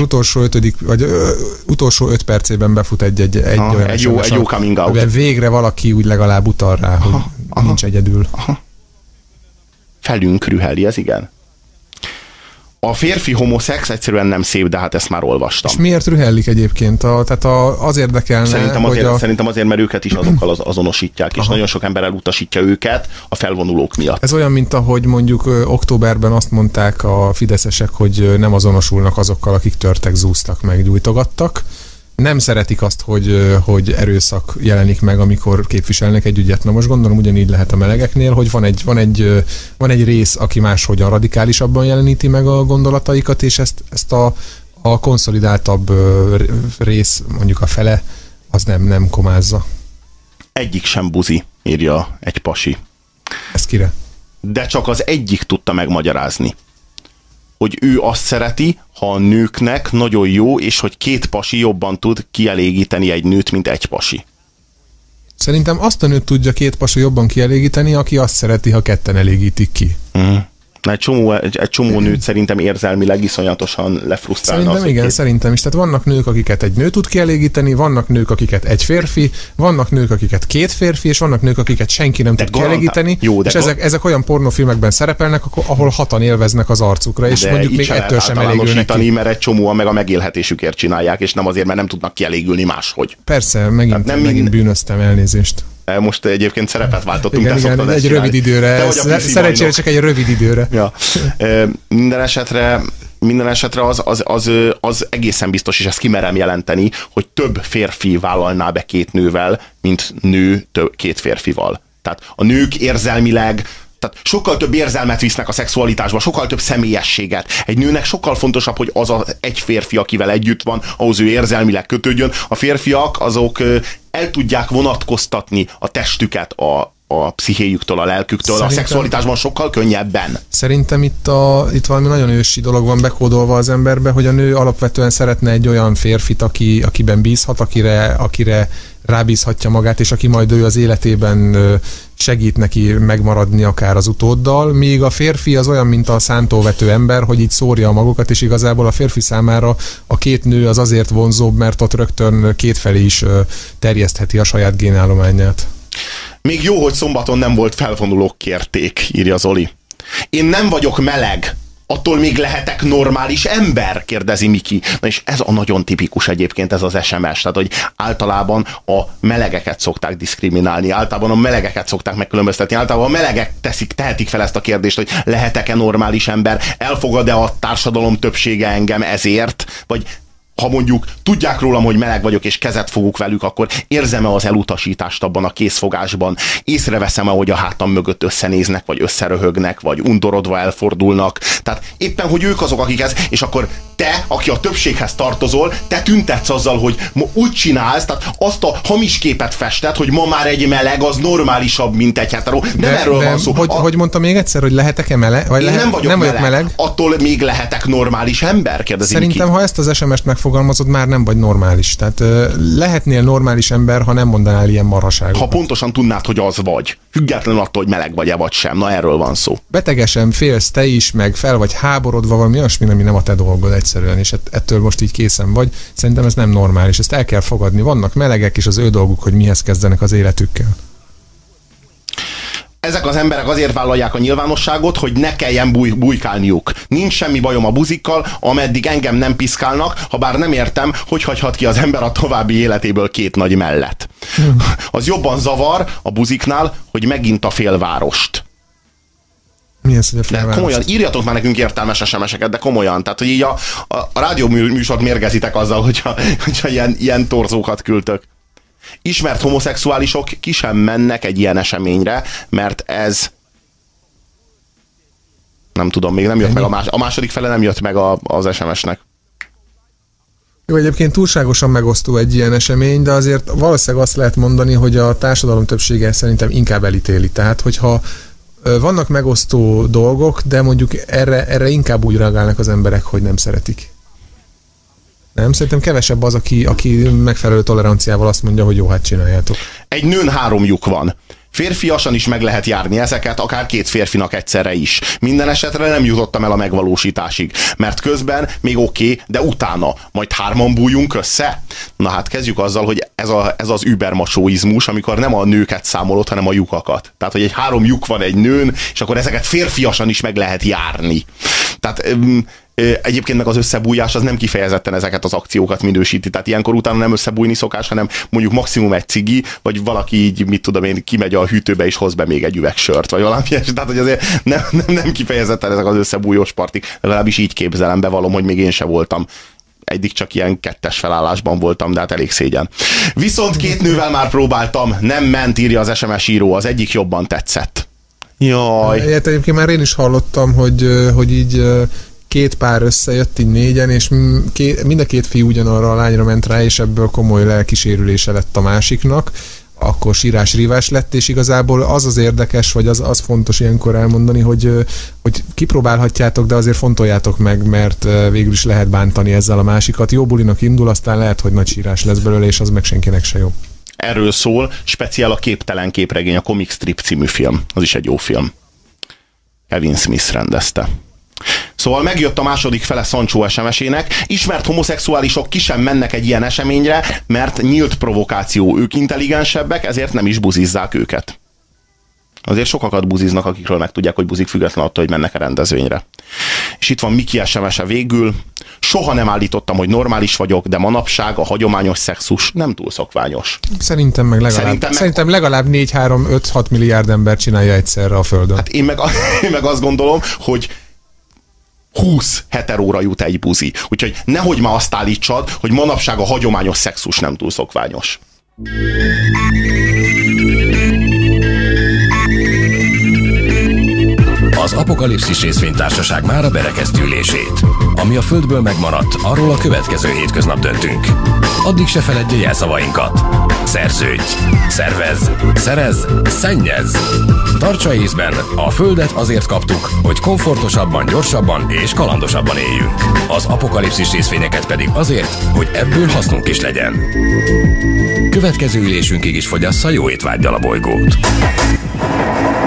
utolsó 5 percében befut egy olyan SMS, jó coming out. De végre valaki úgy legalább utal rá, hogy nincs egyedül. Felünk Rühelli, ez igen. A férfi homoszex egyszerűen nem szép, de hát ezt már olvastam. És miért rühellik egyébként? Az érdekelne, Szerintem azért, mert őket is azokkal azonosítják, és nagyon sok ember elutasítja őket a felvonulók miatt. Ez olyan, mint ahogy mondjuk októberben azt mondták a fideszesek, hogy nem azonosulnak azokkal, akik törtek, zúztak, meg gyújtogattak. Nem szeretik azt, hogy erőszak jelenik meg, amikor képviselnek egy ügyet. Na most gondolom ugyanígy lehet a melegeknél, hogy van egy rész, aki máshogyan radikálisabban jeleníti meg a gondolataikat, és ezt a konszolidáltabb rész, mondjuk a fele, az nem komázza. Egyik sem buzi, írja egy pasi. Ez kire? De csak az egyik tudta megmagyarázni, hogy ő azt szereti, ha a nőknek nagyon jó, és hogy 2 pasi jobban tud kielégíteni egy nőt, mint egy pasi. Szerintem azt a nőt tudja 2 pasi jobban kielégíteni, aki azt szereti, ha ketten elégítik ki. Egy csomó nőt szerintem érzelmileg iszonyatosan lefrusztrálna. Szerintem igen, szerintem is. Tehát vannak nők, akiket egy nő tud kielégíteni, vannak nők, akiket egy férfi, vannak nők, akiket 2 férfi, és vannak nők, akiket senki nem tud kielégíteni, és ezek olyan pornófilmekben szerepelnek, ahol 6-an élveznek az arcukra, és mondjuk még ettől sem elégülnek ki. Mert egy csomóan meg a megélhetésükért csinálják, és nem azért, mert nem tudnak kielégülni máshogy. Persze, megint bűnöztem, elnézést. Most egyébként szerepet váltottunk. Igen, egy rövid időre. Szerencsére csak egy rövid időre. Ja. Minden esetre az egészen biztos, és ezt kimerem jelenteni, hogy több férfi vállalná be 2 nővel, mint nő 2 férfival. Tehát a nők érzelmileg, tehát sokkal több érzelmet visznek a szexualitásba, sokkal több személyességet. Egy nőnek sokkal fontosabb, hogy az egy férfi, akivel együtt van, ahhoz ő érzelmileg kötődjön. A férfiak azok el tudják vonatkoztatni a testüket a pszichéjüktől, a lelküktől, a szexualitásban sokkal könnyebben. Szerintem itt valami nagyon ősi dolog van bekódolva az emberbe, hogy a nő alapvetően szeretne egy olyan férfit, akiben bízhat, akire rábízhatja magát, és aki majd ő az életében segít neki megmaradni akár az utóddal, míg a férfi az olyan, mint a szántóvető ember, hogy így szórja a magukat, és igazából a férfi számára a 2 nő az azért vonzóbb, mert ott rögtön kétfelé is terjesztheti a saját génállományát. Még jó, hogy szombaton nem volt felvonulók kérték, írja Zoli. Én nem vagyok meleg, attól még lehetek normális ember, kérdezi Miki. Na és ez a nagyon tipikus egyébként ez az SMS, tehát hogy általában a melegeket szokták diszkriminálni, általában a melegeket szokták megkülönböztetni, általában a melegek tehetik fel ezt a kérdést, hogy lehetek-e normális ember, elfogad-e a társadalom többsége engem ezért, vagy ha mondjuk tudják rólam, hogy meleg vagyok, és kezet fogok velük, akkor érzem-e az elutasítást abban a készfogásban? Észreveszem-e, hogy a hátam mögött összenéznek, vagy összeröhögnek, vagy undorodva elfordulnak? Tehát éppen, hogy ők azok, akik ez, és akkor te, aki a többséghez tartozol, te tüntetsz azzal, hogy úgy csinálsz, tehát azt a hamis képet fested, hogy ma már egy meleg az normálisabb, mint egy hetero. Nem erről van szó. Hogy mondta még egyszer, hogy lehetek-e meleg? Vagy nem vagyok meleg. Attól még lehetek normális ember? Kérdezi Szerintem, ha ezt az SMS-t megfogalmazod, már nem vagy normális. Tehát lehetnél normális ember, ha nem mondanál ilyen marhaságot. Ha pontosan tudnád, hogy az vagy. Függetlenül attól, hogy meleg vagy-e vagy sem. Na, erről van szó. Betegesen félsz te is, meg fel vagy háborodva, valami olyasmi, ami nem a te dolgod egyszerűen, és ettől most így készen vagy. Szerintem ez nem normális. Ezt el kell fogadni. Vannak melegek, és az ő dolguk, hogy mihez kezdenek az életükkel. Ezek az emberek azért vállalják a nyilvánosságot, hogy ne kelljen bujkálniuk. Nincs semmi bajom a buzikkal, ameddig engem nem piszkálnak, ha bár nem értem, hogy hagyhat ki az ember a további életéből 2 nagy mellet. Az jobban zavar a buziknál, hogy megint a félvárost. Mi ez, hogy a félvárost? De komolyan, írjatok már nekünk értelmes SMS-eket, de komolyan. Tehát, hogy így a rádió műsort mérgezitek azzal, hogyha ilyen torzókat küldtök. Ismert homoszexuálisok ki sem mennek egy ilyen eseményre, mert ez Nem tudom, még nem jött meg a második fele nem jött meg az SMS-nek. Jó, egyébként túlságosan megosztó egy ilyen esemény, de azért valószínűleg azt lehet mondani, hogy a társadalom többsége szerintem inkább elítéli. Tehát, hogyha vannak megosztó dolgok, de mondjuk erre inkább úgy reagálnak az emberek, hogy nem szeretik. Nem, szerintem kevesebb az, aki megfelelő toleranciával azt mondja, hogy jó, hát csináljátok. Egy nőn 3 lyuk van. Férfiasan is meg lehet járni ezeket, akár 2 férfinak egyszerre is. Minden esetre nem jutottam el a megvalósításig, mert közben még oké, de utána majd 3-an bújjunk össze? Na hát kezdjük azzal, hogy ez az übermacsóizmus, amikor nem a nőket számolod, hanem a lyukakat. Tehát, hogy egy 3 lyuk van egy nőn, és akkor ezeket férfiasan is meg lehet járni. Tehát egyébként meg az összebújás az nem kifejezetten ezeket az akciókat minősíti. Tehát ilyenkor utána nem összebújni szokás, hanem mondjuk maximum egy cigi, vagy valaki így, mit tudom én, kimegy a hűtőbe és hoz be még egy üveg sört, vagy valami. Tehát, hogy azért nem kifejezetten ezek az összebújós partik. Legalábbis így képzelem, bevallom, hogy még én se voltam. Eddig csak ilyen 2-es felállásban voltam, de hát elég szégyen. Viszont 2 nővel már próbáltam, nem ment, írja az SMS író, az egyik jobban tetszett. Jaj. Ilyet egyébként már én is hallottam, hogy így 2 pár összejött, így 4-en, és mind a 2 fiú ugyanarra a lányra ment rá, és ebből komoly lelkisérülése lett a másiknak, akkor sírás-rívás lett, és igazából az érdekes, vagy az fontos ilyenkor elmondani, hogy kipróbálhatjátok, de azért fontoljátok meg, mert végül is lehet bántani ezzel a másikat. Jó bulinak indul, aztán lehet, hogy nagy sírás lesz belőle, és az meg senkinek se jó. Erről szól speciál a Képtelen képregény, a Comic Strip című film. Az is egy jó film. Kevin Smith rendezte. Szóval megjött a második fele Sancho SMS-ének. Ismert homoszexuálisok ki sem mennek egy ilyen eseményre, mert nyílt provokáció. Ők intelligensebbek, ezért nem is buzizzák őket. Azért sokakat buziznak, akikről megtudják, hogy buzik, független attól, hogy mennek a rendezvényre. És itt van Miki SMS-e végül. Soha nem állítottam, hogy normális vagyok, de manapság a hagyományos szexus nem túl szokványos. Szerintem legalább 4-3-5-6 milliárd ember csinálja egyszerre a Földön. Hát én meg azt gondolom, hogy 20 heteróra jut egy buzi. Úgyhogy nehogy már azt állítsad, hogy manapság a hagyományos szexus nem túl szokványos. Az Apokalipszis részvénytársaság mára berekezti ülését. Ami a Földből megmaradt, arról a következő hétköznap döntünk. Addig se feledje jelszavainkat. Szerződj, szervezz, szerezz, szennyezz. Tartsa észben, a Földet azért kaptuk, hogy komfortosabban, gyorsabban és kalandosabban éljünk. Az Apokalipszis részvényeket pedig azért, hogy ebből hasznunk is legyen. Következő ülésünkig is fogyassza jó étvággyal a bolygót.